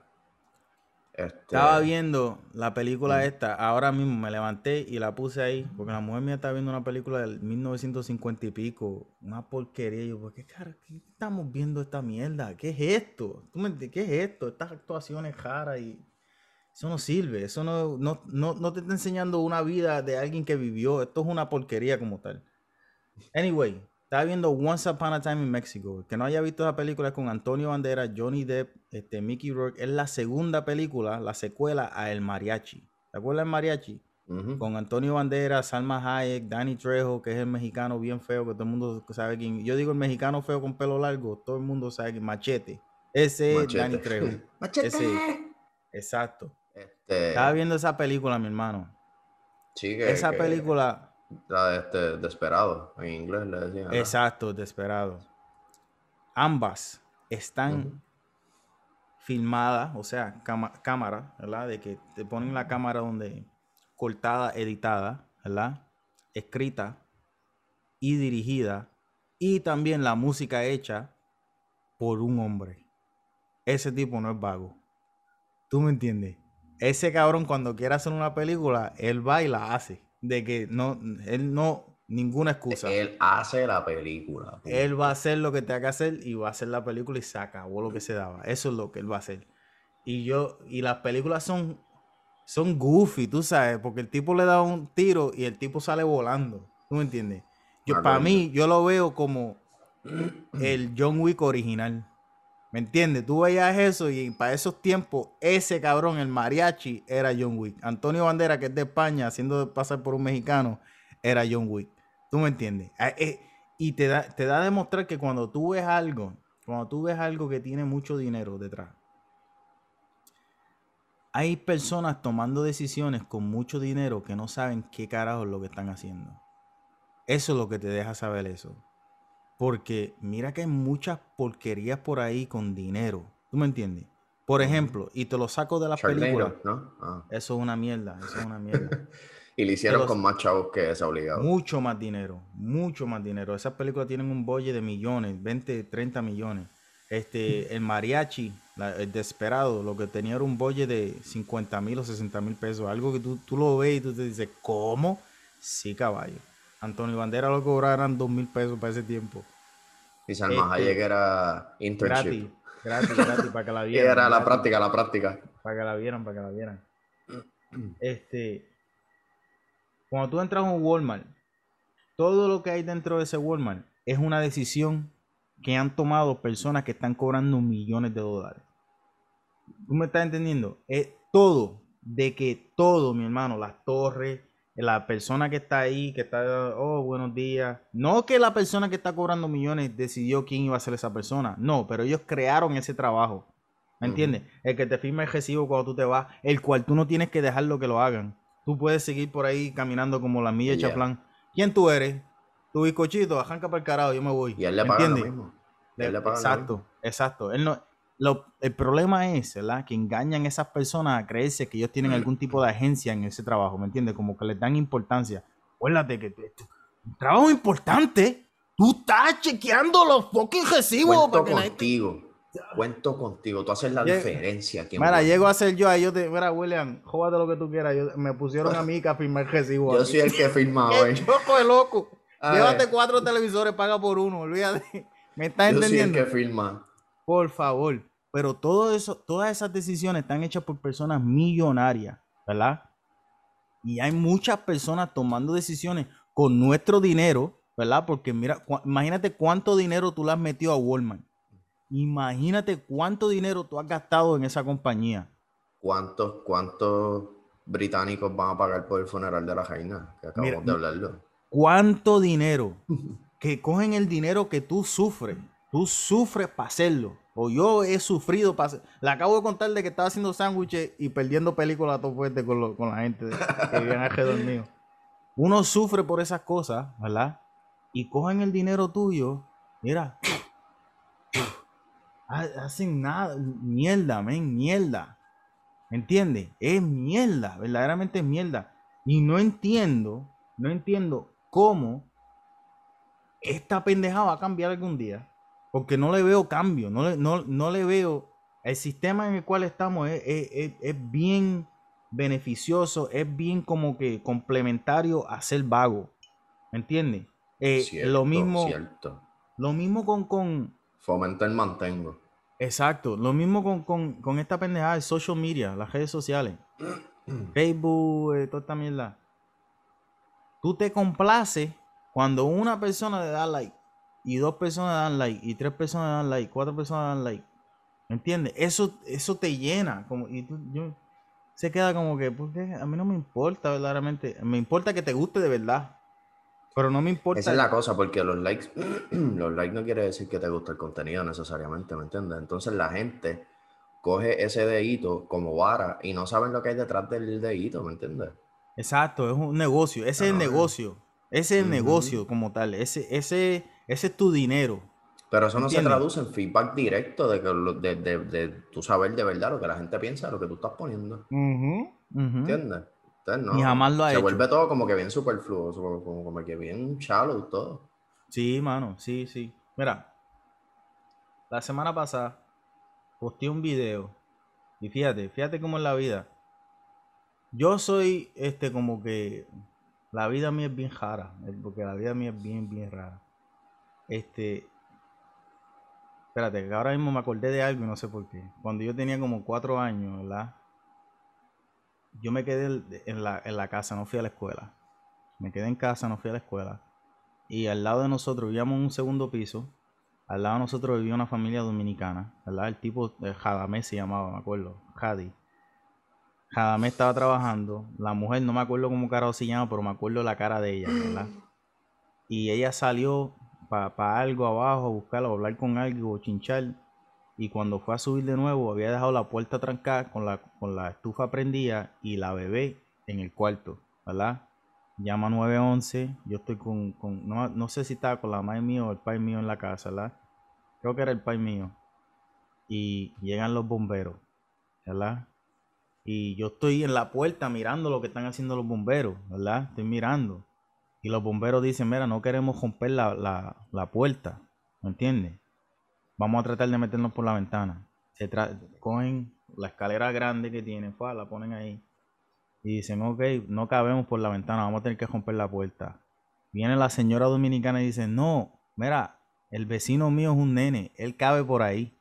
Este... Estaba viendo la película mm. esta, ahora mismo me levanté y la puse ahí, porque la mujer mía estaba viendo una película del mil novecientos cincuenta y pico, una porquería. Y yo, ¿por qué, cara, qué estamos viendo esta mierda? ¿Qué es esto? ¿Tú me entiendes? ¿Qué es esto? Estas actuaciones raras y... Eso no sirve, eso no, no, no, no te está enseñando una vida de alguien que vivió. Esto es una porquería como tal. Anyway, estaba viendo Once Upon a Time in Mexico. Que no haya visto esa película con Antonio Banderas, Johnny Depp, este, Mickey Rourke. Es la segunda película, la secuela a El Mariachi. ¿Te acuerdas del Mariachi? Uh-huh. Con Antonio Banderas, Salma Hayek, Danny Trejo, que es el mexicano bien feo, que todo el mundo sabe quién. Yo digo el mexicano feo con pelo largo, todo el mundo sabe quién. Machete. Ese es Danny Trejo. Machete. Ese, exacto. Este... Estaba viendo esa película, mi hermano. Sí, que, esa que... película... La de este, Desperado, en inglés le decían. Exacto, Desperado. Ambas están uh-huh. filmadas, o sea, cama, cámara, ¿verdad? De que te ponen la cámara donde cortada, editada, ¿verdad? Escrita y dirigida. Y también la música hecha por un hombre. Ese tipo no es vago. ¿Tú me entiendes? Ese cabrón cuando quiere hacer una película, él va y la hace. De que no, él no, ninguna excusa. Él hace la película. Punto. Él va a hacer lo que tenga que hacer y va a hacer la película y se acabó lo que se daba. Eso es lo que él va a hacer. Y yo, y las películas son, son goofy, tú sabes, porque el tipo le da un tiro y el tipo sale volando. ¿Tú me entiendes? Yo, para mí, yo lo veo como el John Wick original. ¿Me entiendes? Tú veías eso y para esos tiempos, ese cabrón, el mariachi, era John Wick. Antonio Banderas, que es de España, haciendo pasar por un mexicano, era John Wick. ¿Tú me entiendes? Y te da, te da a demostrar que cuando tú ves algo, cuando tú ves algo que tiene mucho dinero detrás, hay personas tomando decisiones con mucho dinero que no saben qué carajo es lo que están haciendo. Eso es lo que te deja saber eso. Porque mira que hay muchas porquerías por ahí con dinero. ¿Tú me entiendes? Por ejemplo, y te lo saco de las películas. ¿No? Ah. Eso es una mierda, eso es una mierda. Y lo hicieron con más chavos que esa obligado. Mucho más dinero, mucho más dinero. Esas películas tienen un budget de millones, veinte, treinta millones. Este, el mariachi, la, el Desperado, lo que tenía era un budget de cincuenta mil o sesenta mil pesos. Algo que tú, tú lo ves y tú te dices, ¿cómo? Sí, caballo. Antonio Banderas lo cobraron dos mil pesos para ese tiempo. Y Salma Hayek este, era internship. Gratis, gratis, gratis, para que la vieran. Era gratis, la práctica, la práctica. Para que la vieran, para que la vieran. Este, cuando tú entras a un Walmart, todo lo que hay dentro de ese Walmart es una decisión que han tomado personas que están cobrando millones de dólares. ¿Tú me estás entendiendo? Es todo, de que todo, mi hermano, las torres, la persona que está ahí, que está, oh, buenos días. No que la persona que está cobrando millones decidió quién iba a ser esa persona. No, pero ellos crearon ese trabajo. ¿Me uh-huh. entiendes? El que te firma el recibo cuando tú te vas, el cual tú no tienes que dejarlo que lo hagan. Tú puedes seguir por ahí caminando como la milla de yeah. Chaplán. ¿Quién tú eres? Tu bizcochito, arranca para el carajo, yo me voy. Y él le paga lo mismo. Le, él le paga exacto, lo mismo. exacto. Él no, lo, el problema es, ¿verdad? Que engañan a esas personas a creerse que ellos tienen algún tipo de agencia en ese trabajo, ¿me entiendes? Como que les dan importancia. Acuérdate que te, te, un trabajo importante, tú estás chequeando los fucking recibos Cuento para que nadie te... contigo. Cuento contigo. Tú haces la Lle- diferencia aquí en Mira, llego a Walmart. ser yo ahí, yo te, mira, William, jódate lo que tú quieras. Yo- me pusieron a mí que a firmar el recibo Yo aquí. soy el que firma ¡Qué hoy. choco de loco! Ay, Llévate cuatro televisores, paga por uno, olvídate. ¿Me estás yo soy el que entendiendo? firma. Por favor. Pero todo eso, todas esas decisiones están hechas por personas millonarias, ¿verdad? Y hay muchas personas tomando decisiones con nuestro dinero, ¿verdad? Porque mira, cu- imagínate cuánto dinero tú le has metido a Walmart. Imagínate cuánto dinero tú has gastado en esa compañía. ¿Cuántos, cuántos británicos van a pagar por el funeral de la reina? Que Mira, acabamos de hablarlo. cuánto dinero que cogen el dinero que tú sufres. Tú sufres para hacerlo. O yo he sufrido para hacerlo. Le acabo de contar de que estaba haciendo sándwiches y perdiendo películas todo fuerte con, lo, con la gente de, que vivían alrededor mío. Uno sufre por esas cosas, ¿verdad? Y cogen el dinero tuyo. Mira, hacen nada. Mierda, men, mierda. ¿Me entiendes? Es mierda, verdaderamente es mierda. Y no entiendo, no entiendo cómo esta pendejada va a cambiar algún día. Porque no le veo cambio, no le, no, no le veo. El sistema en el cual estamos es, es, es, es bien beneficioso, es bien como que complementario a ser vago. ¿Me entiendes? Eh, lo Cierto, mismo, cierto. lo mismo con, con, Fomenta el mantengo. exacto, lo mismo con, con, con esta pendejada de social media, las redes sociales. Facebook, eh, toda esta mierda. Tú te complaces cuando una persona le da like y dos personas dan like y tres personas dan like, cuatro personas dan like. ¿Me entiendes? Eso, eso te llena. Como, y tú, yo, se queda como que, porque a mí no me importa verdaderamente. Me importa que te guste de verdad. Pero no me Esa es importa. la cosa, porque los likes, los likes no quiere decir que te gusta el contenido necesariamente, ¿me entiendes? Entonces la gente coge ese dedito como vara y no saben lo que hay detrás del dedito, ¿me entiendes? Exacto, es un negocio. Ese Ah, es el no, eh. negocio. Ese es el Ujú. negocio como tal. Ese, ese, ese es tu dinero. Pero eso ¿Me no se entiendes? traduce en feedback directo de, que lo- de, de, de tu saber de verdad lo que la gente piensa, lo que tú estás poniendo, Ujú, ujú. ¿entiendes? Entonces Y jamás no, lo ha se hecho. vuelve todo como que bien superfluo, como, como, como que bien shallow todo. Sí, mano, sí, sí. Mira, la semana pasada posteé un video y fíjate, fíjate cómo es la vida. Yo soy, este, como que la vida mía es bien rara, eh, porque la vida mía es bien, bien rara. Este, espérate, que ahora mismo me acordé de algo y no sé por qué. Cuando yo tenía como cuatro años, ¿verdad? Yo me quedé en la, en la casa, no fui a la escuela. Me quedé en casa, no fui a la escuela. Y al lado de nosotros vivíamos en un segundo piso. Al lado de nosotros vivía una familia dominicana, ¿verdad? El tipo, eh, Jadamé se llamaba, me acuerdo, Jadi. Jadamé estaba trabajando, la mujer, no me acuerdo cómo carajo se llama, pero me acuerdo la cara de ella, ¿verdad? Y ella salió para pa algo abajo, a buscarlo, a hablar con algo, chinchar. Y cuando fue a subir de nuevo, había dejado la puerta trancada con la, con la estufa prendida y la bebé en el cuarto, ¿verdad? Llama nueve once, yo estoy con, con no, no sé si estaba con la madre mía o el pai mío en la casa, ¿verdad? Creo que era el pai mío. Y llegan los bomberos, ¿verdad? Y yo estoy en la puerta mirando lo que están haciendo los bomberos, ¿verdad? Estoy mirando. Y los bomberos dicen, mira, no queremos romper la, la, la puerta, ¿me entiendes? Vamos a tratar de meternos por la ventana. Se tra- cogen la escalera grande que tienen, ¡fua! La ponen ahí. Y dicen, ok, no cabemos por la ventana, vamos a tener que romper la puerta. Viene la señora dominicana y dice, no, mira, el vecino mío es un nene, él cabe por ahí.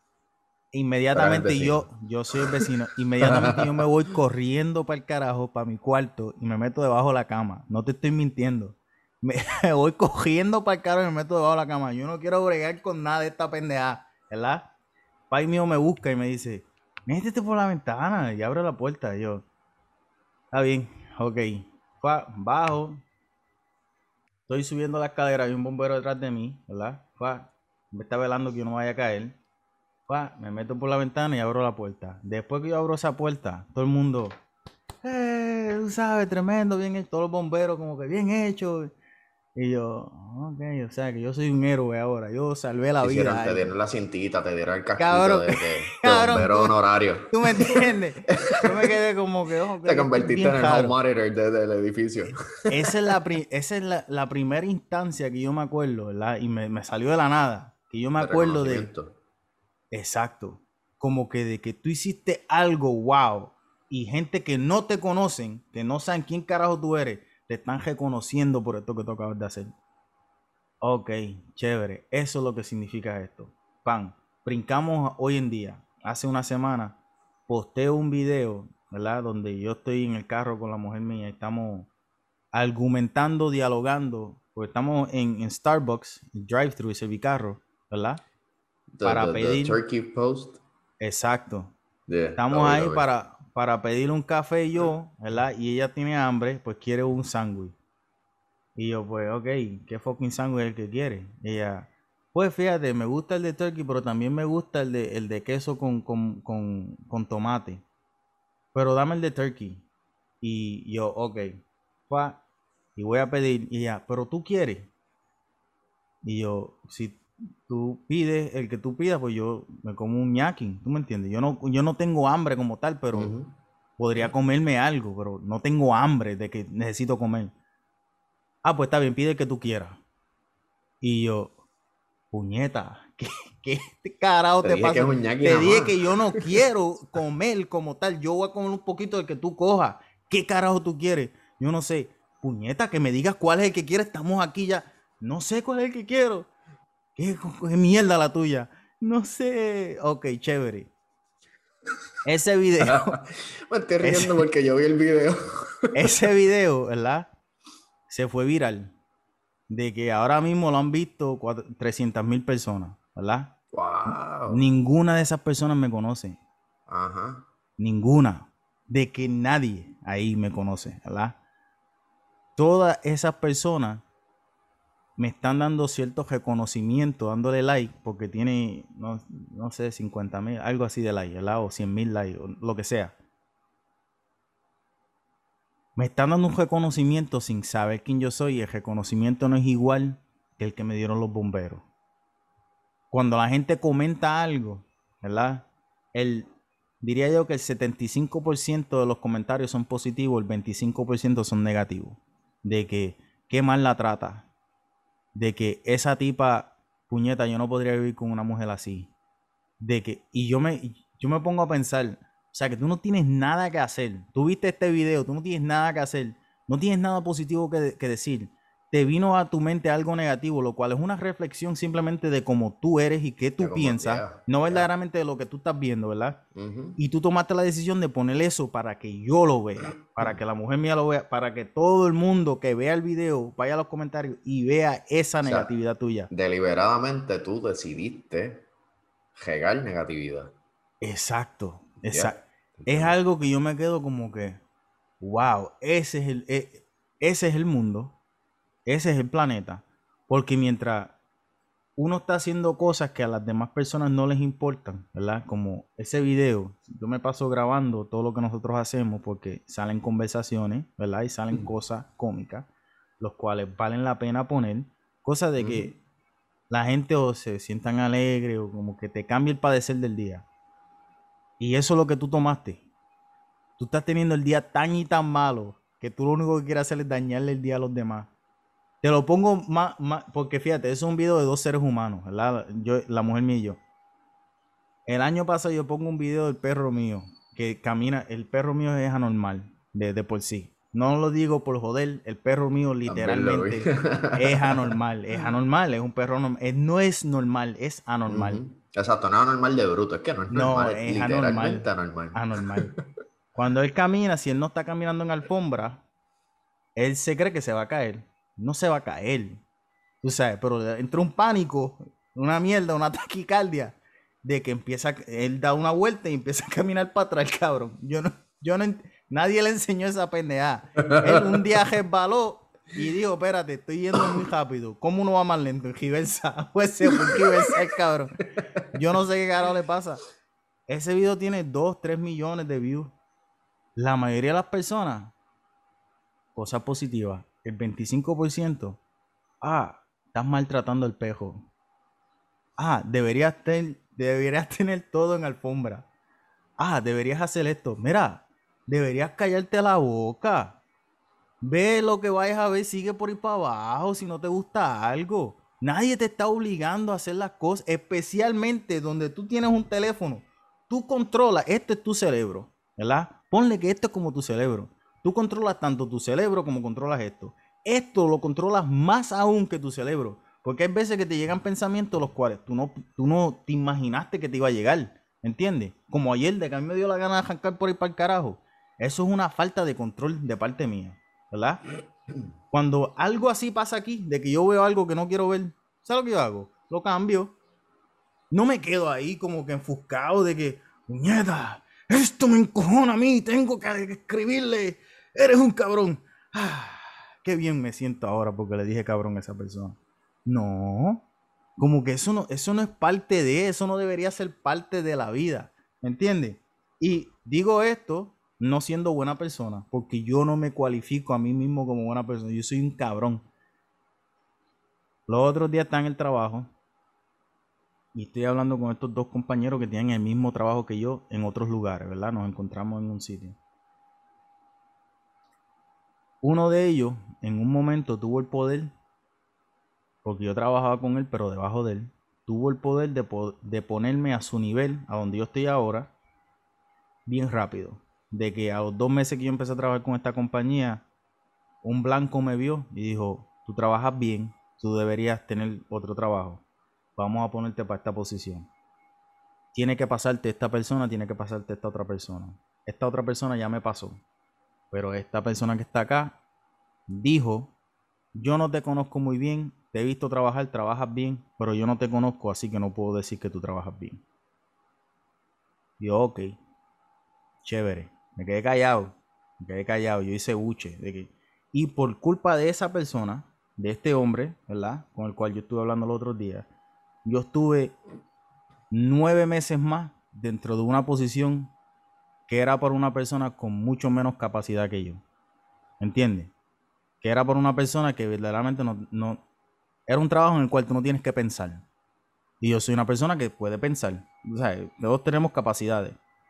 Tú eres el Inmediatamente vecino. yo, yo soy el vecino, inmediatamente yo me voy corriendo para el carajo, para mi cuarto y me meto debajo de la cama. No te estoy mintiendo. Me, me voy cogiendo para el carajo y me meto debajo de la cama. Yo no quiero bregar con nada de esta pendejada, ¿verdad? Pai mío me busca y me dice, métete por la ventana y abre la puerta. Y yo, está bien, ok. Fua, bajo, estoy subiendo la escalera, hay un bombero detrás de mí, ¿verdad? Fua, me está velando que yo no vaya a caer. Fua, me meto por la ventana y abro la puerta. Después que yo abro esa puerta, todo el mundo, eh, tú sabes, tremendo, bien hecho. Todos los bomberos como que bien hecho. Y yo, ok, o sea que yo soy un héroe ahora. Yo salvé la Te vida hicieron, a te alguien. dieron la cintita, te dieron el casquito Cabrón, de, de, de cabrón, bombero tú, honorario. tú me entiendes. Yo me quedé como que, ojo, Te que esto es convertiste bien en el hall raro. monitor de- del edificio. Esa es la, pri- esa es la, la primera instancia que yo me acuerdo, ¿verdad? Y me, me salió de la nada. Que yo me De acuerdo de, reconocimiento. exacto, como que de que tú hiciste algo, wow. Y gente que no te conocen, que no saben quién carajo tú eres, te están reconociendo por esto que tú acabas de hacer. Ok, chévere. Eso es lo que significa esto. Pan, brincamos hoy en día. Hace una semana posteo un video, ¿verdad? Donde yo estoy en el carro con la mujer mía y estamos argumentando, dialogando, porque estamos en, en Starbucks, drive-thru y servicarro, ¿verdad? The, Para the, the pedir, turkey post. exacto. Yeah, lo Estamos vi, ahí lo vi. para, para pedir un café yo, ¿verdad? Y ella tiene hambre, pues quiere un sándwich. Y yo, pues, ok, ¿qué fucking sándwich es el que quiere? Ella, pues fíjate, me gusta el de turkey, pero también me gusta el de, el de queso con, con, con, con tomate. Pero dame el de turkey. Y yo, ok, pa, y voy a pedir. Y ella, pero tú quieres. Y yo, si tú pides el que tú pidas, pues yo me como un ñaki, ¿tú me entiendes? Yo no, yo no tengo hambre como tal, pero Ujú. podría comerme algo, pero no tengo hambre de que necesito comer. Ah, pues está bien, pide el que tú quieras. Y yo, puñeta, ¿qué, qué carajo Te te dije que es pasa? un ñaki Te nada dije más. que yo no quiero comer como tal, yo voy a comer un poquito del que tú cojas. ¿Qué carajo tú quieres? Yo no sé. Puñeta, que me digas cuál es el que quieres, estamos aquí ya. No sé cuál es el que quiero. ¿Qué, qué mierda la tuya? No sé. Ok, chévere. Ese video, Me estoy ese, riendo porque yo vi el video. ese video, ¿verdad? Se fue viral. De que ahora mismo lo han visto trescientas mil personas, ¿verdad? Wow. Ninguna de esas personas me conoce. Ajá. Ninguna. De que nadie ahí me conoce, ¿verdad? Todas esas personas me están dando cierto reconocimiento, dándole like, porque tiene, no, no sé, cincuenta mil, algo así de like, ¿verdad? O cien mil likes, o lo que sea. Me están dando un reconocimiento sin saber quién yo soy y el reconocimiento no es igual que el que me dieron los bomberos. Cuando la gente comenta algo, ¿verdad? El, diría yo que el setenta y cinco por ciento de los comentarios son positivos, el veinticinco por ciento son negativos. De que qué mal la trata. De que esa tipa, puñeta, yo no podría vivir con una mujer así. De que, y yo me, yo me pongo a pensar, o sea, que tú no tienes nada que hacer. Tú viste este video, tú no tienes nada que hacer. No tienes nada positivo que, que decir. Te vino a tu mente algo negativo, lo cual es una reflexión simplemente de cómo tú eres y qué Ya tú como, piensas, yeah, no yeah. verdaderamente de lo que tú estás viendo, ¿verdad? Ujú. Y tú tomaste la decisión de poner eso para que yo lo vea, para que la mujer mía lo vea, para que todo el mundo que vea el video vaya a los comentarios y vea esa O sea, negatividad tuya. deliberadamente tú decidiste regar negatividad. Exacto, Ya, exacto. Es entiendo. algo que yo me quedo como que, wow, ese es el, e- ese es el mundo, ese es el planeta. Porque mientras uno está haciendo cosas que a las demás personas no les importan, ¿verdad? Como ese video, yo me paso grabando todo lo que nosotros hacemos porque salen conversaciones, ¿verdad? Y salen cosas cómicas, los cuales valen la pena poner, cosas de Ujú. que la gente o se sientan alegre o como que te cambie el padecer del día. Y eso es lo que tú tomaste. Tú estás teniendo el día tan y tan malo que tú lo único que quieres hacer es dañarle el día a los demás. Te lo pongo más, más porque fíjate, eso es un video de dos seres humanos, ¿verdad? Yo, la mujer mía y yo. El año pasado yo pongo un video del perro mío que camina. El perro mío es anormal de, de por sí. No lo digo por joder. El perro mío También lo vi. literalmente es anormal. Es anormal. Es un perro normal. No es normal, es anormal. Ujú. Exacto, no es normal de bruto, es que no es normal, No, es es literalmente anormal. anormal. Anormal. Cuando él camina, si él no está caminando en alfombra, él se cree que se va a caer. No se va a caer. Tú sabes, pero entra un pánico, una mierda, una taquicardia, de que empieza, él da una vuelta y empieza a caminar para atrás el cabrón. Yo no, yo no, nadie le enseñó esa pendejada. Él un día resbaló y dijo, espérate, estoy yendo muy rápido. ¿Cómo uno va más lento? En reversa. Pues se fue en reversa el cabrón. Yo no sé qué carajo le pasa. Ese video tiene dos, tres millones de views. La mayoría de las personas, cosas positivas. El veinticinco por ciento Ah, estás maltratando el pejo. Ah, deberías, ten, deberías tener todo en alfombra. Ah, deberías hacer esto. Mira, deberías callarte la boca. Ve lo que vayas a ver, sigue por ahí para abajo si no te gusta algo. Nadie te está obligando a hacer las cosas, especialmente donde tú tienes un teléfono. Tú controlas, este es tu cerebro, ¿verdad? Ponle que esto es como tu cerebro. Tú controlas tanto tu cerebro como controlas esto. Esto lo controlas más aún que tu cerebro, porque hay veces que te llegan pensamientos los cuales tú no, tú no te imaginaste que te iba a llegar, ¿entiendes? Como ayer de que a mí me dio la gana de arrancar por ahí para el carajo. Eso es una falta de control de parte mía, ¿verdad? Cuando algo así pasa aquí, de que yo veo algo que no quiero ver, ¿sabes lo que yo hago? Lo cambio. No me quedo ahí como que enfuscado de que, puñeta, esto me encojona a mí, tengo que escribirle, eres un cabrón. Ah, qué bien me siento ahora porque le dije cabrón a esa persona. No, como que eso no, eso no es parte de, eso no debería ser parte de la vida, ¿me entiendes? Y digo esto no siendo buena persona, porque yo no me cualifico a mí mismo como buena persona, yo soy un cabrón. Los otros días están en el trabajo y estoy hablando con estos dos compañeros que tienen el mismo trabajo que yo en otros lugares, ¿verdad? Nos encontramos en un sitio. Uno de ellos en un momento tuvo el poder, porque yo trabajaba con él, pero debajo de él, tuvo el poder de, po de ponerme a su nivel, a donde yo estoy ahora, bien rápido. De que a los dos meses que yo empecé a trabajar con esta compañía, un blanco me vio y dijo, tú trabajas bien, tú deberías tener otro trabajo. Vamos a ponerte para esta posición. Tiene que pasarte esta persona, tiene que pasarte esta otra persona. Esta otra persona ya me pasó. Pero esta persona que está acá dijo, yo no te conozco muy bien, te he visto trabajar, trabajas bien, pero yo no te conozco, así que no puedo decir que tú trabajas bien. Yo, ok, chévere. Me quedé callado, me quedé callado, yo hice buche. De que... Y por culpa de esa persona, de este hombre, ¿verdad? Con el cual yo estuve hablando los otros días, yo estuve nueve meses más dentro de una posición que era por una persona con mucho menos capacidad que yo. ¿Entiendes? Que era por una persona que verdaderamente no, no... Era un trabajo en el cual tú no tienes que pensar. Y yo soy una persona que puede pensar. O sea, todos tenemos capacidades.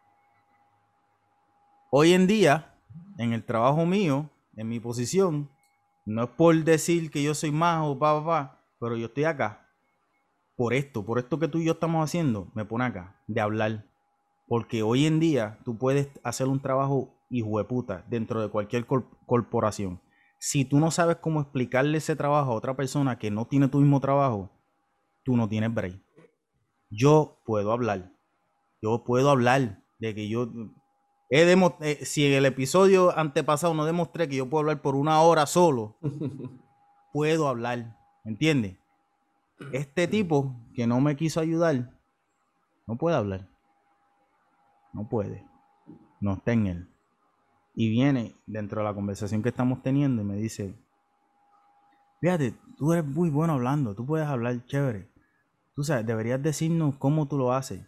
Hoy en día, en el trabajo mío, en mi posición, no es por decir que yo soy más o pa, pa, pa, pero yo estoy acá. Por esto, por esto que tú y yo estamos haciendo, me pone acá, de hablar. Porque hoy en día tú puedes hacer un trabajo hijo de puta dentro de cualquier cor corporación. Si tú no sabes cómo explicarle ese trabajo a otra persona que no tiene tu mismo trabajo, tú no tienes break. Yo puedo hablar. Yo puedo hablar de que yo... He eh, si en el episodio antepasado no demostré que yo puedo hablar por una hora solo, puedo hablar. ¿Entiendes? Este tipo que no me quiso ayudar, no puede hablar. No puede. No está en él. Y viene dentro de la conversación que estamos teniendo y me dice, fíjate, tú eres muy bueno hablando, tú puedes hablar chévere. Tú sabes, deberías decirnos cómo tú lo haces.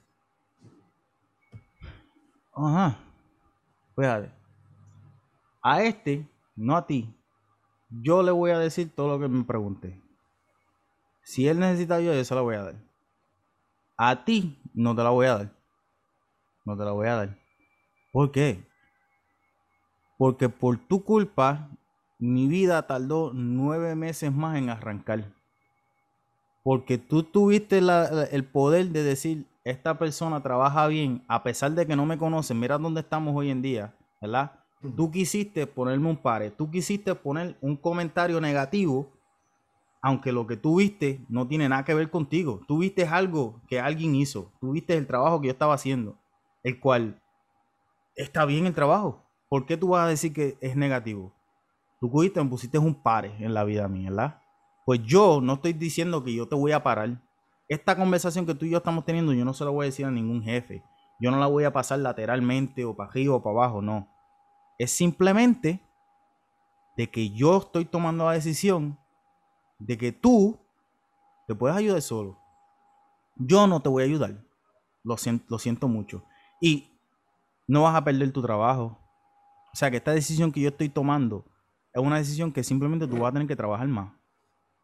Ajá. Fíjate, a este, no a ti, yo le voy a decir todo lo que me pregunte. Si él necesita ayuda, yo se la voy a dar. A ti, no te la voy a dar. No te la voy a dar. ¿Por qué? Porque por tu culpa, mi vida tardó nueve meses más en arrancar. Porque tú tuviste la, la, el poder de decir, esta persona trabaja bien, a pesar de que no me conocen, mira dónde estamos hoy en día, ¿verdad? Tú quisiste ponerme un pare, tú quisiste poner un comentario negativo, aunque lo que tú viste no tiene nada que ver contigo. Tú viste algo que alguien hizo, tú viste el trabajo que yo estaba haciendo, el cual está bien el trabajo. ¿Por qué tú vas a decir que es negativo? Tú cogiste, me pusiste un pare en la vida mía, ¿verdad? Pues yo no estoy diciendo que yo te voy a parar. Esta conversación que tú y yo estamos teniendo, yo no se la voy a decir a ningún jefe. Yo no la voy a pasar lateralmente o para arriba o para abajo, no. Es simplemente de que yo estoy tomando la decisión de que tú te puedes ayudar solo. Yo no te voy a ayudar. Lo siento, lo siento mucho. Y no vas a perder tu trabajo. O sea que esta decisión que yo estoy tomando es una decisión que simplemente tú vas a tener que trabajar más.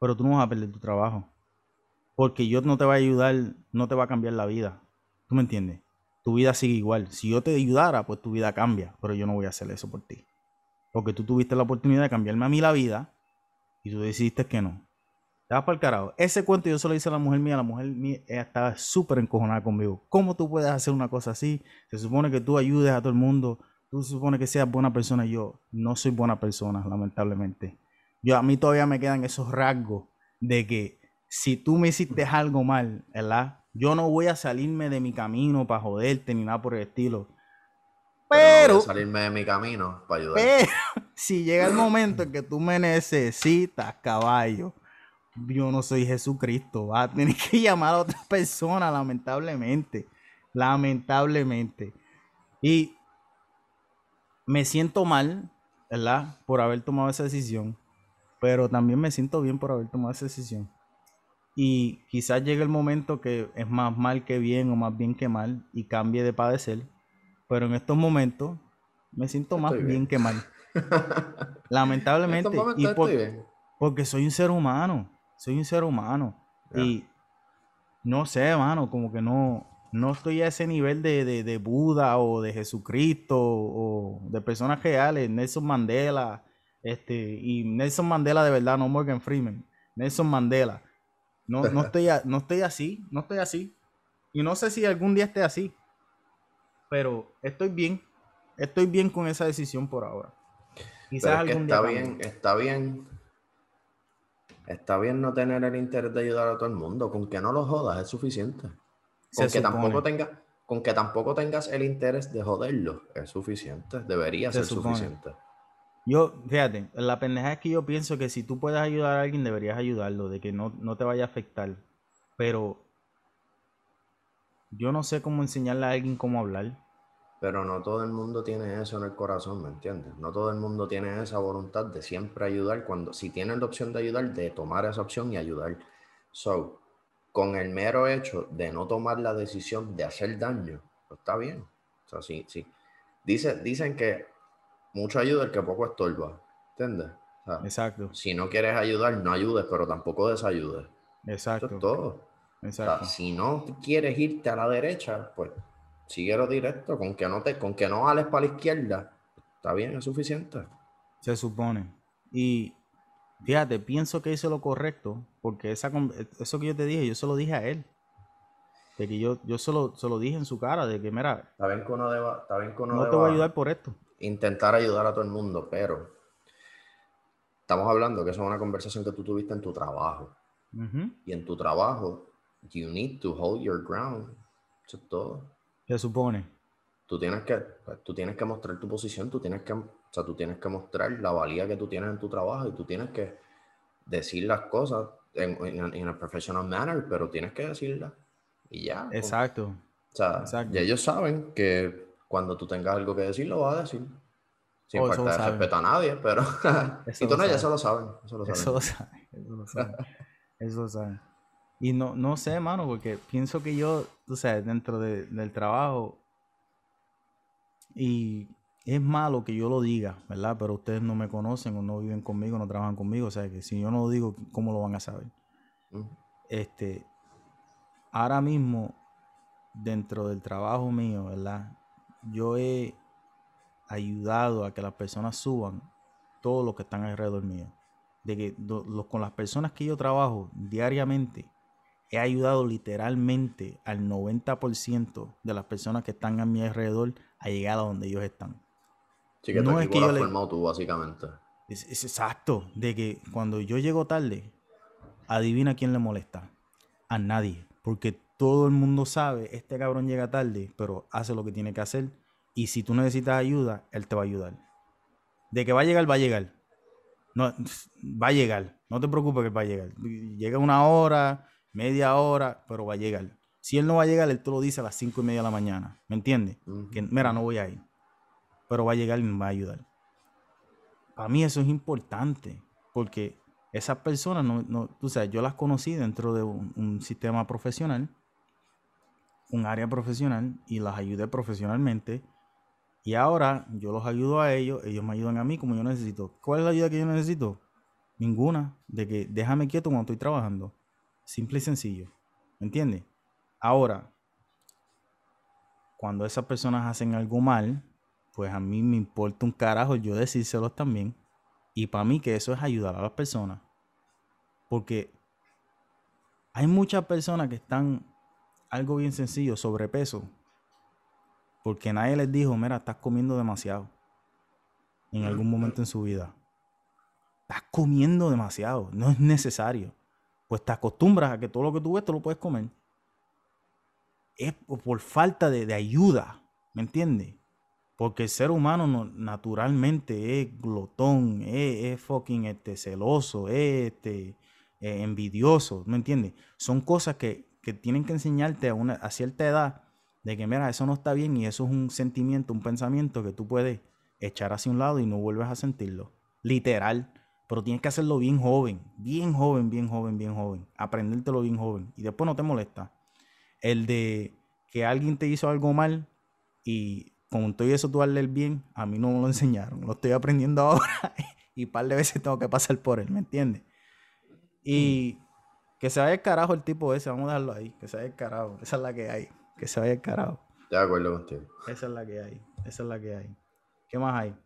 pero tú no vas a perder tu trabajo. Porque yo no te voy a ayudar, no te va a cambiar la vida. ¿Tú me entiendes? Tu vida sigue igual. Si yo te ayudara, pues tu vida cambia. Pero yo no voy a hacer eso por ti. Porque tú tuviste la oportunidad de cambiarme a mí la vida y tú decidiste que no. Te vas para el carajo. Ese cuento yo se lo hice a la mujer mía. La mujer mía ella estaba súper encojonada conmigo. ¿Cómo tú puedes hacer una cosa así? Se supone que tú ayudes a todo el mundo. Tú se supone que seas buena persona. Yo no soy buena persona, lamentablemente. Yo, a mí todavía me quedan esos rasgos de que si tú me hiciste algo mal, ¿verdad? Yo no voy a salirme de mi camino para joderte ni nada por el estilo. Pero no voy a Pero, salirme de mi camino para ayudar. pero, si llega el momento en que tú me necesitas, caballo, yo no soy Jesucristo. Vas a tener que llamar a otra persona, lamentablemente. Lamentablemente. Y me siento mal, ¿verdad? Por haber tomado esa decisión. Pero también me siento bien por haber tomado esa decisión. Y quizás llegue el momento que es más mal que bien o más bien que mal y cambie de padecer. Pero en estos momentos me siento más Estoy bien bien. que mal. En estos Lamentablemente. Y momentos estoy por, bien. porque soy un ser humano. Soy un ser humano. Ya. Y no sé, mano, como que no, no estoy a ese nivel de, de, de Buda o de Jesucristo o de personas reales, Nelson Mandela, este, y Nelson Mandela de verdad, no Morgan Freeman, Nelson Mandela. No, no estoy, a- no estoy así, no estoy así. Y no sé si algún día esté así, pero estoy bien, estoy bien con esa decisión por ahora. Pero Quizás es que algún día está cambie. bien, está bien, está bien no tener el interés de ayudar a todo el mundo. Con que no lo jodas es suficiente. Se Con que tampoco supone, tengas, con que tampoco tengas el interés de joderlo es suficiente. Debería se ser supone. suficiente. Yo, fíjate, la pendeja es que yo pienso que si tú puedes ayudar a alguien, deberías ayudarlo, de que no, no te vaya a afectar. Pero yo no sé cómo enseñarle a alguien cómo hablar. Pero no todo el mundo tiene eso en el corazón, ¿me entiendes? No todo el mundo tiene esa voluntad de siempre ayudar cuando, si tienen la opción de ayudar, de tomar esa opción y ayudar. So, con el mero hecho de no tomar la decisión de hacer daño, pues está bien. O sea, sí, sí. Dice, dicen que mucho ayuda el que poco estorba, ¿entiendes? O sea, Exacto, si no quieres ayudar, no ayudes, pero tampoco desayudes. Eso es exacto, todo. O sea, exacto. si no quieres irte a la derecha, pues síguelo directo. Con que no te, con que no ales para la izquierda, está bien, es suficiente. Se supone. Y fíjate, pienso que hice lo correcto, porque esa, con- eso que yo te dije, yo se lo dije a él. De que yo, yo se lo, se lo dije en su cara, de que mira, Está bien que uno deba, está bien que uno no te voy a deba ayudar por esto. intentar ayudar a todo el mundo, pero estamos hablando que eso es una conversación que tú tuviste en tu trabajo. Ujú. Y en tu trabajo, you need to hold your ground. Eso es todo. Se supone. Tú tienes que, pues, tú tienes que mostrar tu posición, tú tienes que, o sea, tú tienes que mostrar la valía que tú tienes en tu trabajo y tú tienes que decir las cosas en, en, en a professional manner, pero tienes que decirlas y ya. Con, o Exacto, sea, ya exacto. ellos saben que cuando tú tengas algo que decir, lo vas a decir. Sin Oh, eso lo falta de saben. respeto a nadie, pero... Eso y tú lo no, ya saben. eso lo saben, eso lo saben Eso lo ya. saben. Eso lo saben. Eso lo saben. Y no, no sé, mano, porque pienso que yo, tú sabes, dentro de- del trabajo, y es malo que yo lo diga, ¿verdad? Pero ustedes no me conocen o no viven conmigo, no trabajan conmigo, o sea que si yo no lo digo, ¿cómo lo van a saber? Mm. Este, ahora mismo, dentro del trabajo mío, ¿verdad? Yo he ayudado a que las personas suban todo lo que están alrededor mío. De que do- lo- con las personas que yo trabajo diariamente, he ayudado literalmente al noventa por ciento de las personas que están a mi alrededor a llegar a donde ellos están. Sí que tu No es equipo que lo yo has le... formado tú, básicamente. Es, es exacto, de que cuando yo llego tarde, adivina quién le molesta. A nadie. Porque todo el mundo sabe, este cabrón llega tarde, pero hace lo que tiene que hacer. Y si tú necesitas ayuda, él te va a ayudar. De que va a llegar, va a llegar. No, va a llegar. No te preocupes que va a llegar. Llega una hora, media hora, pero va a llegar. Si él no va a llegar, él te lo dice a las cinco y media de la mañana. ¿Me entiendes? Ujú, Que mira, no ujú. voy a ir. Pero va a llegar y me va a ayudar. Para mí eso es importante. Porque esas personas, no, no, tú sabes, yo las conocí dentro de un, un sistema profesional, un área profesional, y las ayudé profesionalmente. Y ahora yo los ayudo a ellos, ellos me ayudan a mí como yo necesito. ¿Cuál es la ayuda que yo necesito? Ninguna. De que déjame quieto cuando estoy trabajando. Simple y sencillo. ¿Me entiendes? Ahora, cuando esas personas hacen algo mal, pues a mí me importa un carajo yo decírselos también. Y para mí que eso es ayudar a las personas. Porque hay muchas personas que están, algo bien sencillo, sobrepeso. Porque nadie les dijo, mira, estás comiendo demasiado. En algún momento en su vida. Estás comiendo demasiado. No es necesario. Pues te acostumbras a que todo lo que tú ves te lo puedes comer. Es por, por falta de, de ayuda. ¿Me entiendes? Porque el ser humano no, naturalmente es glotón, es, es fucking este, celoso, es este, eh, envidioso, ¿me entiendes? Son cosas que, que tienen que enseñarte a, una, a cierta edad de que, mira, eso no está bien y eso es un sentimiento, un pensamiento que tú puedes echar hacia un lado y no vuelves a sentirlo. Literal. Pero tienes que hacerlo bien joven, bien joven, bien joven, bien joven. Aprendértelo bien joven. Y después no te molesta. El de que alguien te hizo algo mal y con todo eso tú darle el bien, a mí no me lo enseñaron. Lo estoy aprendiendo ahora y un par de veces tengo que pasar por él, ¿me entiendes? Y que se vaya el carajo el tipo ese, vamos a dejarlo ahí. Que se vaya el carajo. Esa es la que hay. Que se vaya el carajo. De acuerdo contigo. Esa es la que hay. Esa es la que hay. ¿Qué más hay?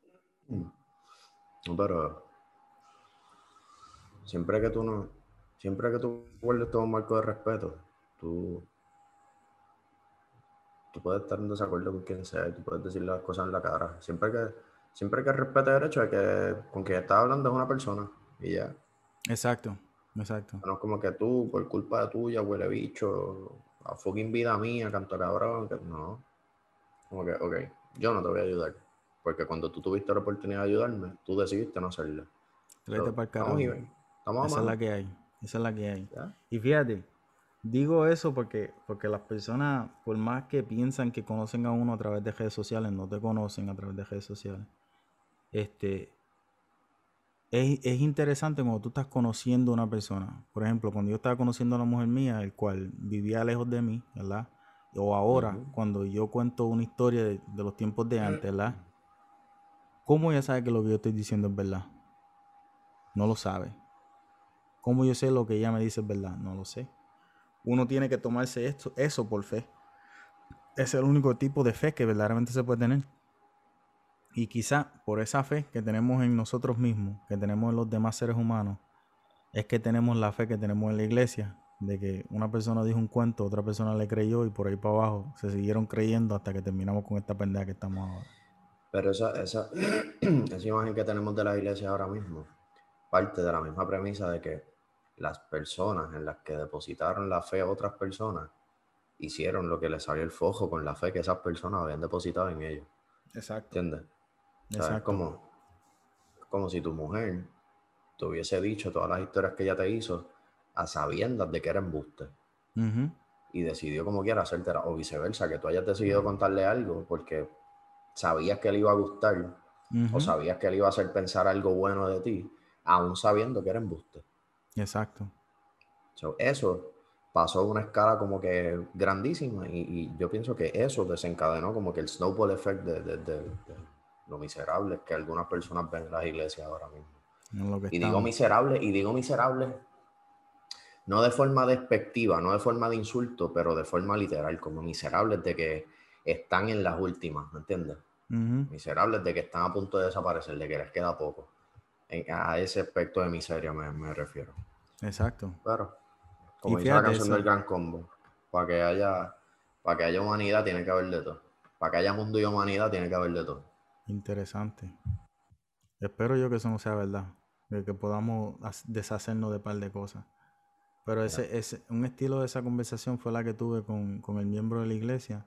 No, pero siempre que tú no, siempre que tú guardes todo un marco de respeto, tú, tú puedes estar en desacuerdo con quien sea y tú puedes decir las cosas en la cara. Siempre que, siempre que respetes el hecho de que con quien estás hablando es una persona y ya. Exacto. Exacto. No es como que tú, por culpa de tuya, huele bicho, a fucking vida mía, canto cabrón, que no. Como que, ok, yo no te voy a ayudar. Porque cuando tú tuviste la oportunidad de ayudarme, tú decidiste no hacerlo. Tráete So, para el estamos carajo. even, estamos a Esa es la mano. que hay. Esa es la que hay. ¿Ya? Y fíjate, digo eso porque, porque las personas, por más que piensan que conocen a uno a través de redes sociales, no te conocen a través de redes sociales. Este, es, es interesante cuando tú estás conociendo a una persona. Por ejemplo, cuando yo estaba conociendo a una mujer mía, el cual vivía lejos de mí, ¿verdad? O ahora, Uh-huh. cuando yo cuento una historia de, de los tiempos de antes, ¿verdad? ¿Cómo ella sabe que lo que yo estoy diciendo es verdad? No lo sabe. ¿Cómo yo sé lo que ella me dice es verdad? No lo sé. Uno tiene que tomarse esto, eso por fe. Es el único tipo de fe que verdaderamente se puede tener. Y quizá por esa fe que tenemos en nosotros mismos, que tenemos en los demás seres humanos, es que tenemos la fe que tenemos en la iglesia, de que una persona dijo un cuento, otra persona le creyó y por ahí para abajo se siguieron creyendo hasta que terminamos con esta pendeja que estamos ahora. Pero esa, esa, esa imagen que tenemos de la iglesia ahora mismo parte de la misma premisa de que las personas en las que depositaron la fe a otras personas hicieron lo que les salió el fojo con la fe que esas personas habían depositado en ellos. Exacto. ¿Entiendes? O sea, es Exacto. como, como si tu mujer te hubiese dicho todas las historias que ella te hizo a sabiendas de que era embuste. Uh-huh. Y decidió como quiera hacértela, o viceversa, que tú hayas decidido contarle algo porque sabías que le iba a gustar o Uh-huh. sabías que le iba a hacer pensar algo bueno de ti, aún sabiendo que era embuste. Exacto. So, eso pasó a una escala como que grandísima y, y yo pienso que eso desencadenó como que el snowball effect de, de, de, de lo miserable que algunas personas ven en las iglesias ahora mismo. En lo que Y digo estamos. miserable, y digo miserable no de forma despectiva, no de forma de insulto, pero de forma literal, como miserables de que están en las últimas, ¿me entiendes? Uh-huh. Miserables de que están a punto de desaparecer, de que les queda poco. En, a ese aspecto de miseria me, me refiero. Exacto. Pero, Y como dice la fíjate canción del eso. Gran Combo, para que haya, para que haya humanidad tiene que haber de todo. Para que haya mundo y humanidad tiene que haber de todo. Interesante. Espero yo que eso no sea verdad. De que podamos deshacernos de un par de cosas. Pero Yeah. ese, ese, un estilo de esa conversación fue la que tuve con, con el miembro de la iglesia.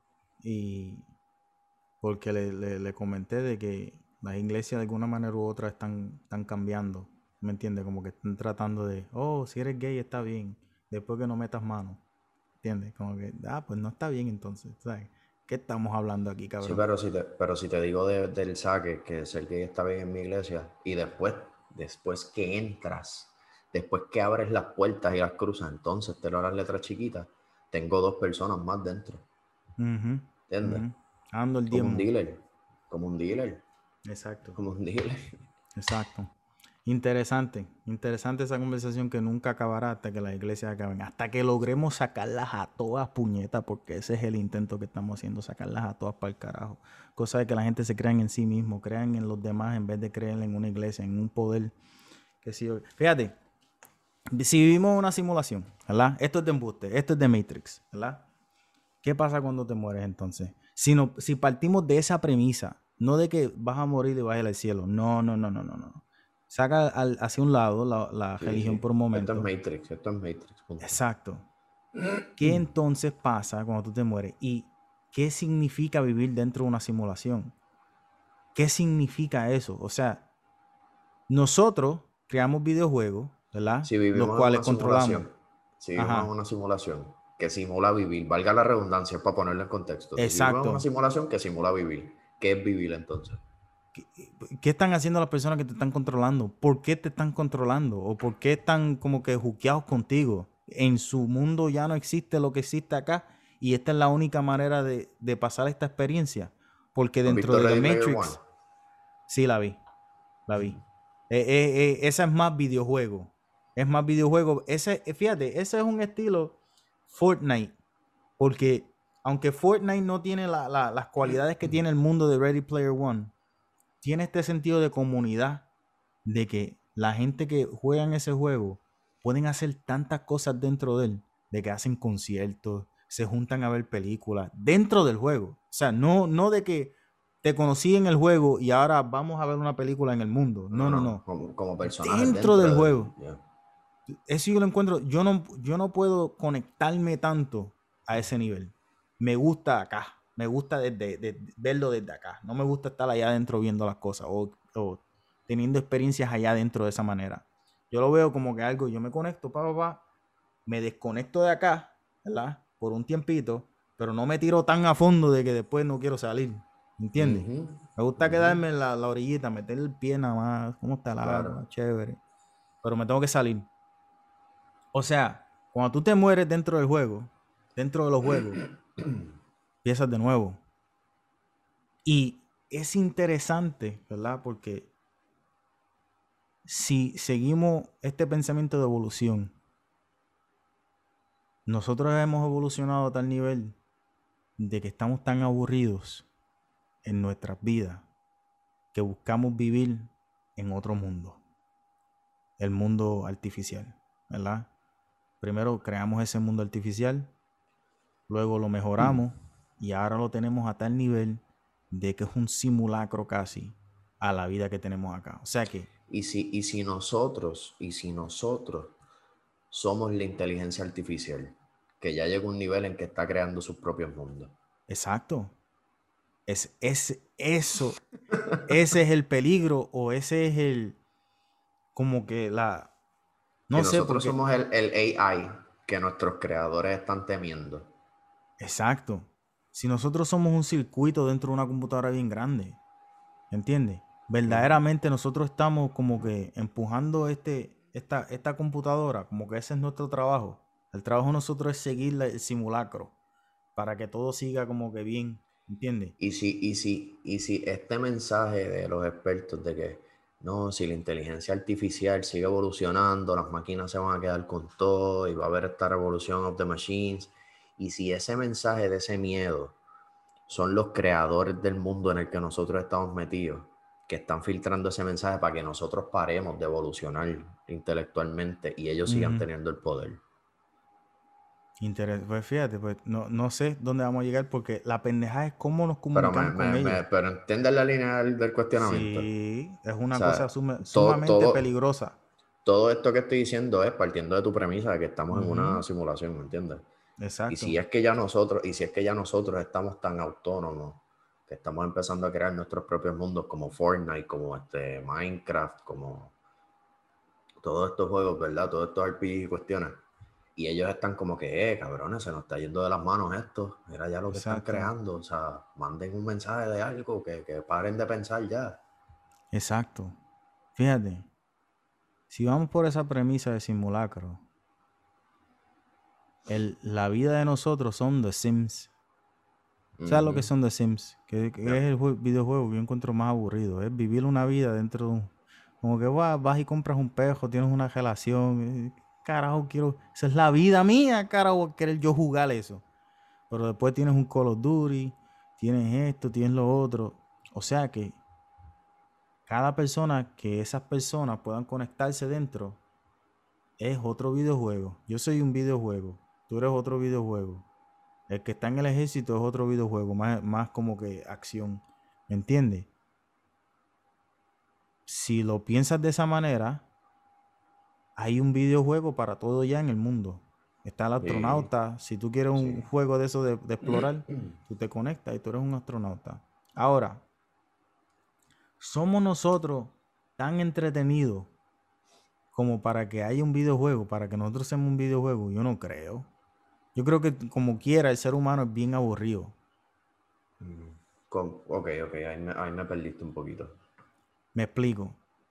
Y porque le, le, le comenté de que las iglesias de alguna manera u otra están, están cambiando. ¿Me entiendes? Como que están tratando de, oh, si eres gay está bien. Después que no metas mano. ¿Entiendes? Como que, ah, pues no está bien entonces. ¿Sabes? ¿Qué estamos hablando aquí, Sí, cabrón? pero si te, pero si te digo de, del saque, que es el que está bien en mi iglesia, y después, después que entras, después que abres las puertas y las cruzas, entonces te lo las letras chiquitas, tengo dos personas más dentro. Uh-huh, ¿Entiendes? uh-huh. Ando el Como un diezmo. dealer, como un dealer, Exacto, como un dealer. exacto. Interesante, interesante esa conversación que nunca acabará hasta que las iglesias acaben, hasta que logremos sacarlas a todas puñetas, porque ese es el intento que estamos haciendo, sacarlas a todas para el carajo. Cosa de que la gente se crea en sí mismo, crean en los demás en vez de creer en una iglesia, en un poder. Que sí, fíjate, si vivimos una simulación, ¿verdad? Esto es de embuste, esto es de Matrix, ¿verdad? ¿Qué pasa cuando te mueres entonces? Si, no, si partimos de esa premisa, no de que vas a morir y vas a ir al cielo, no, no, no, no, no, no. Saca al, hacia un lado la, la Sí, religión sí. por un Esto es momento. Matrix, esto es Matrix, punto. Exacto. ¿Qué entonces pasa cuando tú te mueres? ¿Y qué significa vivir dentro de una simulación? ¿Qué significa eso? O sea, nosotros creamos videojuegos, ¿verdad? Si Los vivimos en cuales una controlamos. simulación, si vivimos en Ajá. una simulación que simula vivir, valga la redundancia para ponerlo en contexto, si vivimos en una Exacto. simulación que simula vivir, ¿qué es vivir entonces? ¿Qué, qué están haciendo las personas que te están controlando? ¿Por qué te están controlando? ¿O por qué están como que juqueados contigo? En su mundo ya no existe lo que existe acá y esta es la única manera de, de pasar esta experiencia. Porque ¿Has dentro visto de The Ready Player One? Matrix, sí la vi, la vi. Eh, eh, eh, esa es más videojuego. Es más videojuego. Ese, eh, fíjate, ese es un estilo Fortnite. Porque aunque Fortnite no tiene la, la, las cualidades que tiene el mundo de Ready Player One, tiene este sentido de comunidad, de que la gente que juega en ese juego pueden hacer tantas cosas dentro de él, de que hacen conciertos, se juntan a ver películas dentro del juego. O sea, no, no de que te conocí en el juego y ahora vamos a ver una película en el mundo. No, No, no, no, no. como, como personajes Dentro del dentro del... juego. Yeah. Eso yo lo encuentro. Yo no, yo no puedo conectarme tanto a ese nivel. Me gusta acá. Me gusta desde, de, verlo desde acá. No me gusta estar allá adentro viendo las cosas o, o teniendo experiencias allá adentro de esa manera. Yo lo veo como que algo, yo me conecto, pa, pa, pa, me desconecto de acá, ¿verdad? Por un tiempito, pero no me tiro tan a fondo de que después no quiero salir. ¿Entiendes? Ujú, Me gusta ujú, quedarme en la, la orillita, meter el pie nada más. ¿Cómo está el claro. agua? Chévere. Pero me tengo que salir. O sea, cuando tú te mueres dentro del juego, dentro de los juegos, empiezas de nuevo. Y es interesante, ¿verdad? Porque si seguimos este pensamiento de evolución, nosotros hemos evolucionado a tal nivel de que estamos tan aburridos en nuestras vidas que buscamos vivir en otro mundo, el mundo artificial, ¿verdad? Primero creamos ese mundo artificial, luego lo mejoramos y ahora lo tenemos a tal nivel de que es un simulacro casi a la vida que tenemos acá. O sea que... Y si, y si nosotros, y si nosotros somos la inteligencia artificial, que ya llega a un nivel en que está creando sus propios mundos. Exacto. Es, es eso. Ese es el peligro o ese es el... Como que la... Que No sé, nosotros porque... somos el, el A I que nuestros creadores están temiendo. Exacto. Si nosotros somos un circuito dentro de una computadora bien grande, ¿entiendes? Verdaderamente nosotros estamos como que empujando este, esta, esta computadora, como que ese es nuestro trabajo. El trabajo de nosotros es seguir el simulacro para que todo siga como que bien, ¿entiendes? Y si, y si, y si este mensaje de los expertos de que no, si la inteligencia artificial sigue evolucionando, las máquinas se van a quedar con todo y va a haber esta revolución of the machines, y si ese mensaje de ese miedo son los creadores del mundo en el que nosotros estamos metidos, que están filtrando ese mensaje para que nosotros paremos de evolucionar intelectualmente y ellos sigan Uh-huh. teniendo el poder. Interes pues fíjate, pues no, no sé dónde vamos a llegar porque la pendejada es cómo nos Pero, me, comunicamos con me, ellos. me, pero entiendes la línea del, del cuestionamiento. Sí, es O una cosa sea, suma, todo, sumamente todo, peligrosa. todo esto que estoy diciendo es partiendo de tu premisa de que estamos en Uh-huh. una simulación, ¿me entiendes? Y Exacto. si es que ya nosotros, y si es que ya nosotros estamos tan autónomos, que estamos empezando a crear nuestros propios mundos como Fortnite, como este Minecraft, como todos estos juegos, ¿verdad? Todos estos R P G y cuestiones. Y ellos están como que, eh, cabrones, se nos está yendo de las manos esto. Mira ya lo que están Exacto. creando. O sea, manden un mensaje de algo, que, que paren de pensar ya. Exacto. Fíjate, si vamos por esa premisa de simulacro, el, la vida de nosotros son The Sims. ¿Sabes lo que Uh-huh. son The Sims? Que, que Yeah. es el jue- videojuego que yo encuentro más aburrido. Es vivir una vida dentro de un, Como que vas, vas y compras un pejo, tienes una relación. eh, Carajo, quiero. Esa es la vida mía, carajo, querer yo jugar eso. Pero después tienes un Call of Duty, tienes esto, tienes lo otro. O sea que cada persona que esas personas puedan conectarse dentro es otro videojuego. Yo soy un videojuego, tú eres otro videojuego. El que está en el ejército es otro videojuego, más, más como que acción. ¿Me entiendes? Si lo piensas de esa manera, hay un videojuego para todo ya en el mundo. Está el Sí, astronauta. Si tú quieres un sí. juego de eso de, de explorar, tú te conectas y tú eres un astronauta. Ahora, ¿somos nosotros tan entretenidos como para que haya un videojuego, para que nosotros seamos un videojuego? Yo no creo. Yo creo que como quiera, el ser humano es bien aburrido. Mm, con- ok, ok, ahí me, ahí me perdiste un poquito. Me explico.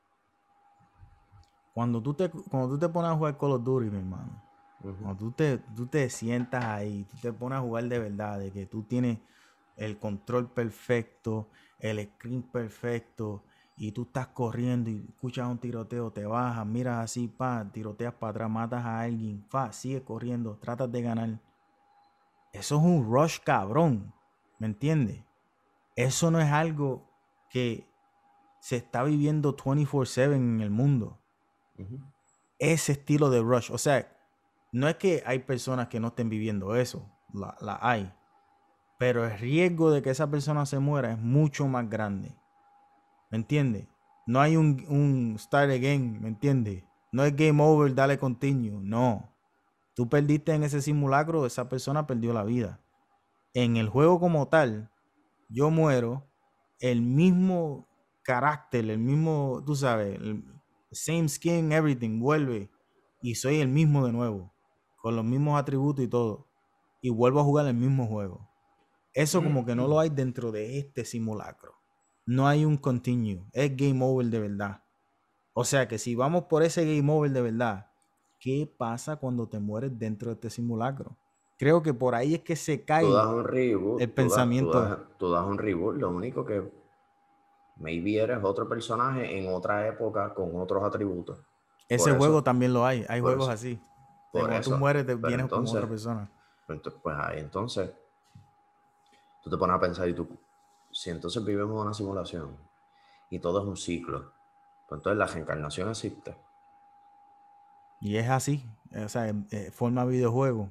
Cuando tú te, cuando tú te pones a jugar Call of Duty, mi hermano, Ujú. cuando tú te, tú te sientas ahí, tú te pones a jugar de verdad, de que tú tienes el control perfecto, el screen perfecto, y tú estás corriendo y escuchas un tiroteo, te bajas, miras así, pa, tiroteas para atrás, matas a alguien, fa, sigue corriendo, tratas de ganar. Eso es un rush cabrón, ¿me entiendes? Eso no es algo que se está viviendo veinticuatro siete en el mundo. Ujú. Ese estilo de rush, o sea, no es que hay personas que no estén viviendo eso, la, la hay, pero el riesgo de que esa persona se muera es mucho más grande, ¿me entiendes? No hay un, un start again, ¿me entiendes? No es game over, dale continue, no. Tú perdiste en ese simulacro, esa persona perdió la vida. En el juego como tal, yo muero, el mismo carácter, el mismo, tú sabes, el same skin, everything, vuelve y soy el mismo de nuevo, con los mismos atributos y todo, y vuelvo a jugar el mismo juego. Eso como que no lo hay dentro de este simulacro. No hay un continue, es game over de verdad. O sea que si vamos por ese game over de verdad, ¿qué pasa cuando te mueres dentro de este simulacro? Creo que por ahí es que se Tú das cae un el reboot, tú das, tú pensamiento. das, tú das un reboot, lo único que maybe eres otro personaje en otra época con otros atributos. Ese Por eso, juego también lo hay. Hay por juegos eso, así. De por cuando tú eso. mueres, te Pero vienes como entonces, otra persona. pues ento- pues ahí entonces, tú te pones a pensar y tú, si entonces vivimos una simulación y todo es un ciclo, pues entonces la reencarnación existe. Y es así. O sea, eh, forma videojuego.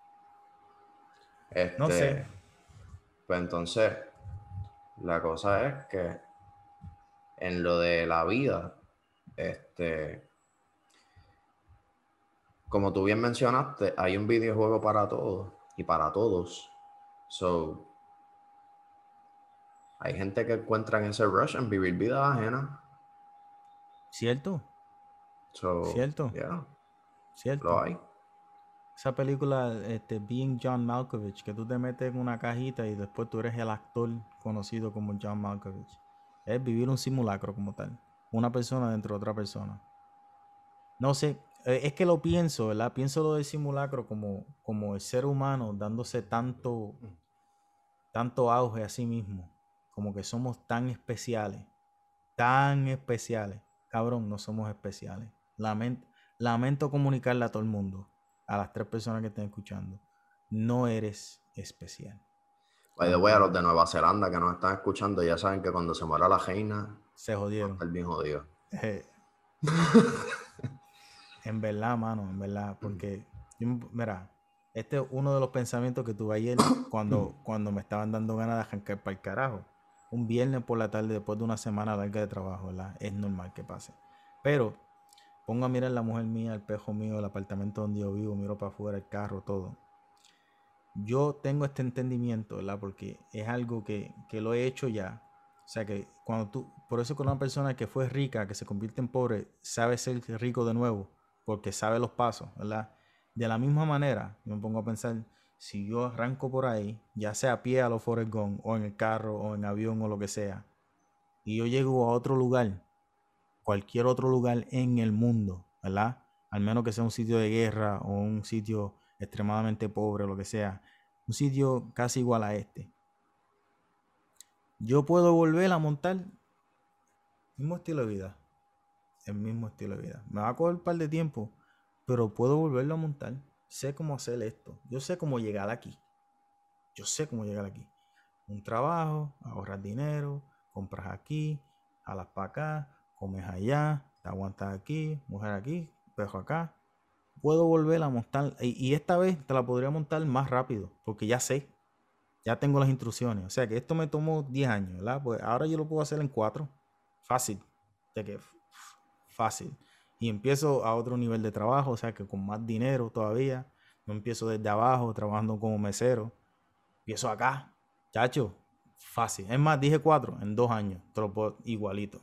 No sé. Este, pues entonces, la cosa es que en lo de la vida, este, como tú bien mencionaste, hay un videojuego para todos y para todos. So, hay gente que encuentra en ese rush en vivir vidas ajenas. ¿Cierto? So, ¿Cierto? yeah, lo ¿Cierto? hay. Esa película, este, Being John Malkovich, que tú te metes en una cajita y después tú eres el actor conocido como John Malkovich. Es vivir un simulacro como tal. Una persona dentro de otra persona. No sé, eh, es que lo pienso, ¿verdad? Pienso lo del simulacro como, como el ser humano dándose tanto, tanto auge a sí mismo. Como que somos tan especiales, tan especiales. Cabrón, no somos especiales. Lamento, lamento comunicarle a todo el mundo, a las tres personas que estén escuchando. No eres especial. By the way, a los de Lamento. Nueva Zelanda que nos están escuchando, ya saben que cuando se muera la reina, Se va a jodieron. estar bien jodido. Eh, En verdad, mano, en verdad, porque, yo me- mira, este es uno de los pensamientos que tuve ayer cuando, cuando me estaban dando ganas de arrancar para el carajo. Un viernes por la tarde después de una semana larga de trabajo, ¿verdad? Es normal que pase. Pero pongo a mirar la mujer mía, el pejo mío, el apartamento donde yo vivo, miro para afuera, el carro, todo. Yo tengo este entendimiento, ¿verdad? Porque es algo que, que lo he hecho ya. O sea que cuando tú, por eso con una persona que fue rica, que se convierte en pobre, sabe ser rico de nuevo, porque sabe los pasos, ¿verdad? De la misma manera, yo me pongo a pensar, si yo arranco por ahí, ya sea a pie a los Forrest Gump, o en el carro, o en avión, o lo que sea, y yo llego a otro lugar, cualquier otro lugar en el mundo, ¿verdad? Al menos que sea un sitio de guerra o un sitio extremadamente pobre o lo que sea, un sitio casi igual a este. Yo puedo volver a montar el mismo estilo de vida. el mismo estilo de vida. Me va a coger un par de tiempo, pero puedo volverlo a montar. Sé cómo hacer esto. Yo sé cómo llegar aquí. Yo sé cómo llegar aquí. Un trabajo, ahorrar dinero, compras aquí, jalas para acá, comes allá, te aguantas aquí, mujer aquí, perro acá. Puedo volver a montar. Y, y esta vez te la podría montar más rápido, porque ya sé. Ya tengo las instrucciones. O sea que esto me tomó diez años, ¿verdad? Pues ahora yo lo puedo hacer en cuatro. Fácil. O sea que fácil. Y empiezo a otro nivel de trabajo, o sea que con más dinero todavía. No empiezo desde abajo, trabajando como mesero. Empiezo acá, chacho, fácil. Es más, dije cuatro, en dos años, te lo puedo igualito.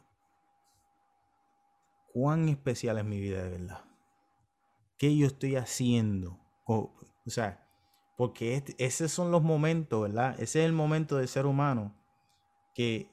¿Cuán especial es mi vida de verdad? ¿Qué yo estoy haciendo? O, o sea, porque este, esos son los momentos, ¿verdad? Ese es el momento del ser humano que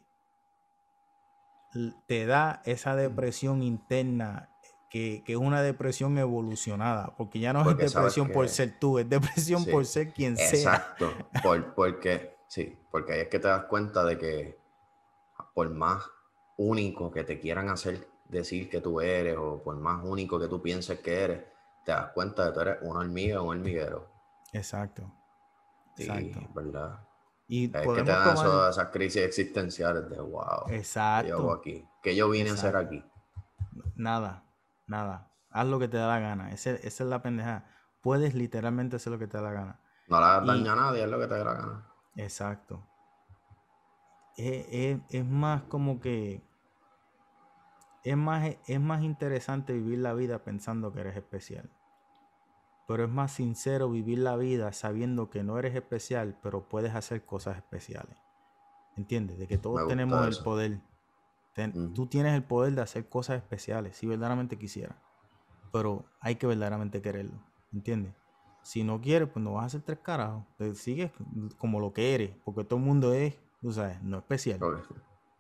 te da esa depresión interna, que, que es una depresión evolucionada, porque ya no es Porque sabes depresión por que, ser tú, es depresión por sí, ser quien sea. exacto, por, porque, sí, porque ahí es que te das cuenta de que por más único que te quieran hacer decir que tú eres, o por más único que tú pienses que eres, te das cuenta de que tú eres una hormiga o un hormiguero. Exacto, Sí, exacto. ¿verdad? Y Es que te podemos dan tomar, eso- esas crisis existenciales de wow, ¿qué yo hago exacto, aquí? ¿Qué yo vine a hacer exacto. aquí? Nada, nada. Haz lo que te da la gana. Ese- esa es la pendejada. Puedes literalmente hacer lo que te da la gana. No le hagas daño Y, a nadie, es lo que te da la gana. exacto. Es, es- es más como que, es más, es más interesante vivir la vida pensando que eres especial. Pero es más sincero vivir la vida sabiendo que no eres especial, pero puedes hacer cosas especiales. ¿Entiendes? De que Me todos tenemos gusta el eso. poder. Ten- Ujú. tú tienes el poder de hacer cosas especiales, si verdaderamente quisieras. Pero hay que verdaderamente quererlo, ¿entiendes? Si no quieres, pues no vas a hacer tres carajos. Te sigues como lo que eres, porque todo el mundo es, tú sabes, no especial. Ok.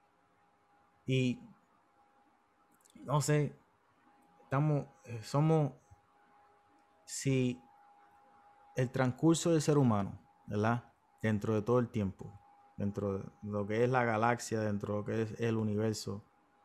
Y no sé, estamos, eh, somos, si el transcurso del ser humano, ¿verdad? Dentro de todo el tiempo, dentro de lo que es la galaxia, dentro de lo que es el universo.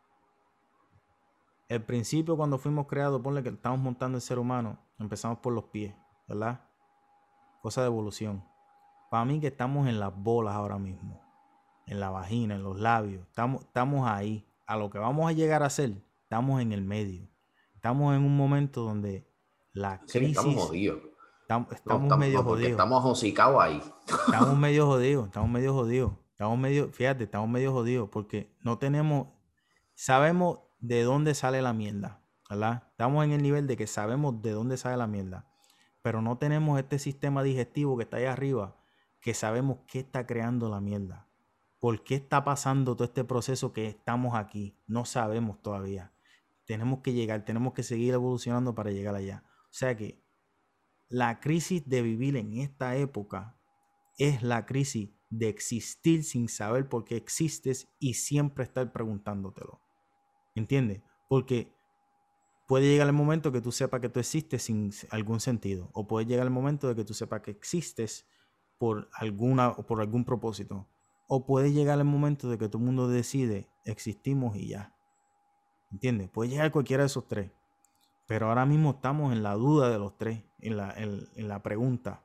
El principio cuando fuimos creados, ponle que estamos montando el ser humano, empezamos por los pies, ¿verdad? Cosa de evolución. Para mí que estamos en las bolas ahora mismo, en la vagina, en los labios, estamos, estamos ahí. A lo que vamos a llegar a ser, estamos en el medio. Estamos en un momento donde la Sí, estamos crisis, jodidos. tam- No, estamos estamos, medio no, porque jodidos. estamos hocicados ahí. Estamos medio jodidos, estamos medio jodidos. Estamos medio, fíjate, estamos medio jodidos porque no tenemos, sabemos de dónde sale la mierda, ¿verdad? Estamos en el nivel de que sabemos de dónde sale la mierda, pero no tenemos este sistema digestivo que está ahí arriba, que sabemos qué está creando la mierda. ¿Por qué está pasando todo este proceso que estamos aquí? No sabemos todavía. Tenemos que llegar, tenemos que seguir evolucionando para llegar allá. O sea que la crisis de vivir en esta época es la crisis de existir sin saber por qué existes y siempre estar preguntándotelo. ¿Entiendes? Porque puede llegar el momento que tú sepas que tú existes sin algún sentido, o puede llegar el momento de que tú sepas que existes por alguna o por algún propósito, o puede llegar el momento de que todo el mundo decide existimos y ya. ¿Entiendes? Puede llegar cualquiera de esos tres, pero ahora mismo estamos en la duda de los tres, en la, en, en la pregunta.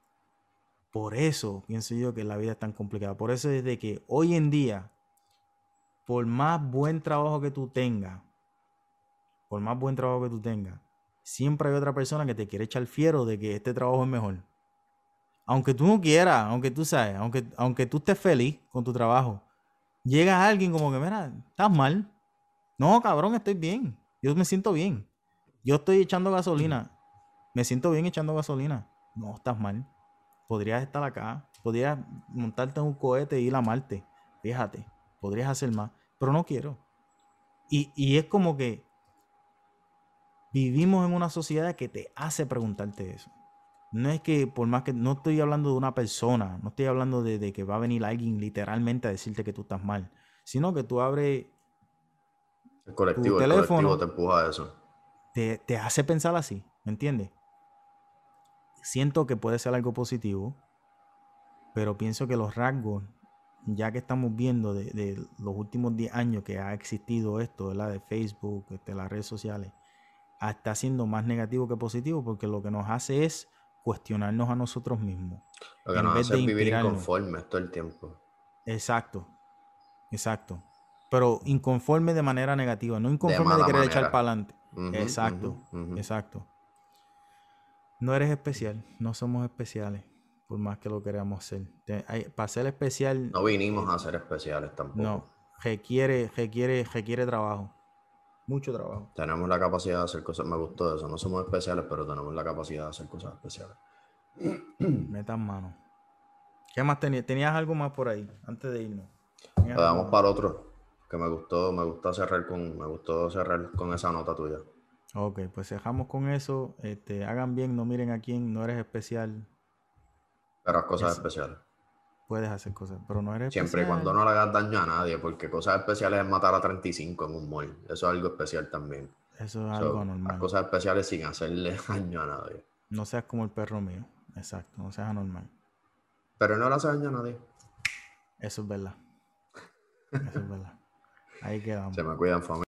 Por eso pienso yo que la vida es tan complicada. Por eso es de que hoy en día, por más buen trabajo que tú tengas, por más buen trabajo que tú tengas, siempre hay otra persona que te quiere echar fiero de que este trabajo es mejor. Aunque tú no quieras, aunque tú sabes, aunque, aunque tú estés feliz con tu trabajo, llega alguien como que, mira, estás mal. No, cabrón, estoy bien. Yo me siento bien. Yo estoy echando gasolina. Me siento bien echando gasolina. No, estás mal. Podrías estar acá. Podrías montarte en un cohete e ir a Marte. Fíjate, podrías hacer más. Pero no quiero. Y, y es como que vivimos en una sociedad que te hace preguntarte eso. No es que por más que no estoy hablando de una persona, no estoy hablando de, de que va a venir alguien literalmente a decirte que tú estás mal, sino que tú abres El tu colectivo, el colectivo te teléfono, empuja a eso. te, te hace pensar así, ¿me entiendes? Siento que puede ser algo positivo, pero pienso que los rasgos ya que estamos viendo de, de los últimos diez años que ha existido esto, ¿verdad? De Facebook, de las redes sociales, está siendo más negativo que positivo, porque lo que nos hace es cuestionarnos a nosotros mismos. Lo que En nos vez hace de es vivir inspirarnos. inconformes todo el tiempo. Exacto, exacto. Pero inconforme de manera negativa, no De inconforme de mala querer echar manera. para adelante. Ujú, Exacto, ujú, ujú. exacto. No eres especial, no somos especiales, por más que lo queramos ser. Te- hay- para ser especial, No vinimos eh, a ser especiales tampoco. no, requiere, requiere, requiere trabajo, mucho trabajo. Tenemos la capacidad de hacer cosas, me gustó eso. No somos especiales, pero tenemos la capacidad de hacer cosas especiales. Metan mano. ¿Qué más tenías? ¿Tenías algo más por ahí antes de irnos? ¿Tenías Le algo damos más? para otro, que me gustó, me gustó cerrar con, me gustó cerrar con esa nota tuya. Ok, pues dejamos con eso. Este, hagan bien, no miren a quién, no eres especial. Pero haz cosas Es, especiales. puedes hacer cosas, pero no eres Siempre y cuando especial. no le hagas daño a nadie, porque cosas especiales es matar a treinta y cinco en un mall. Eso es algo especial también. Eso es algo So, haz anormal. cosas especiales sin hacerle daño a nadie. No seas como el perro mío. Exacto, no seas anormal. Pero no le hace daño a nadie. Eso es verdad. Eso es verdad. Ahí Se quedamos. me cuidan, familia.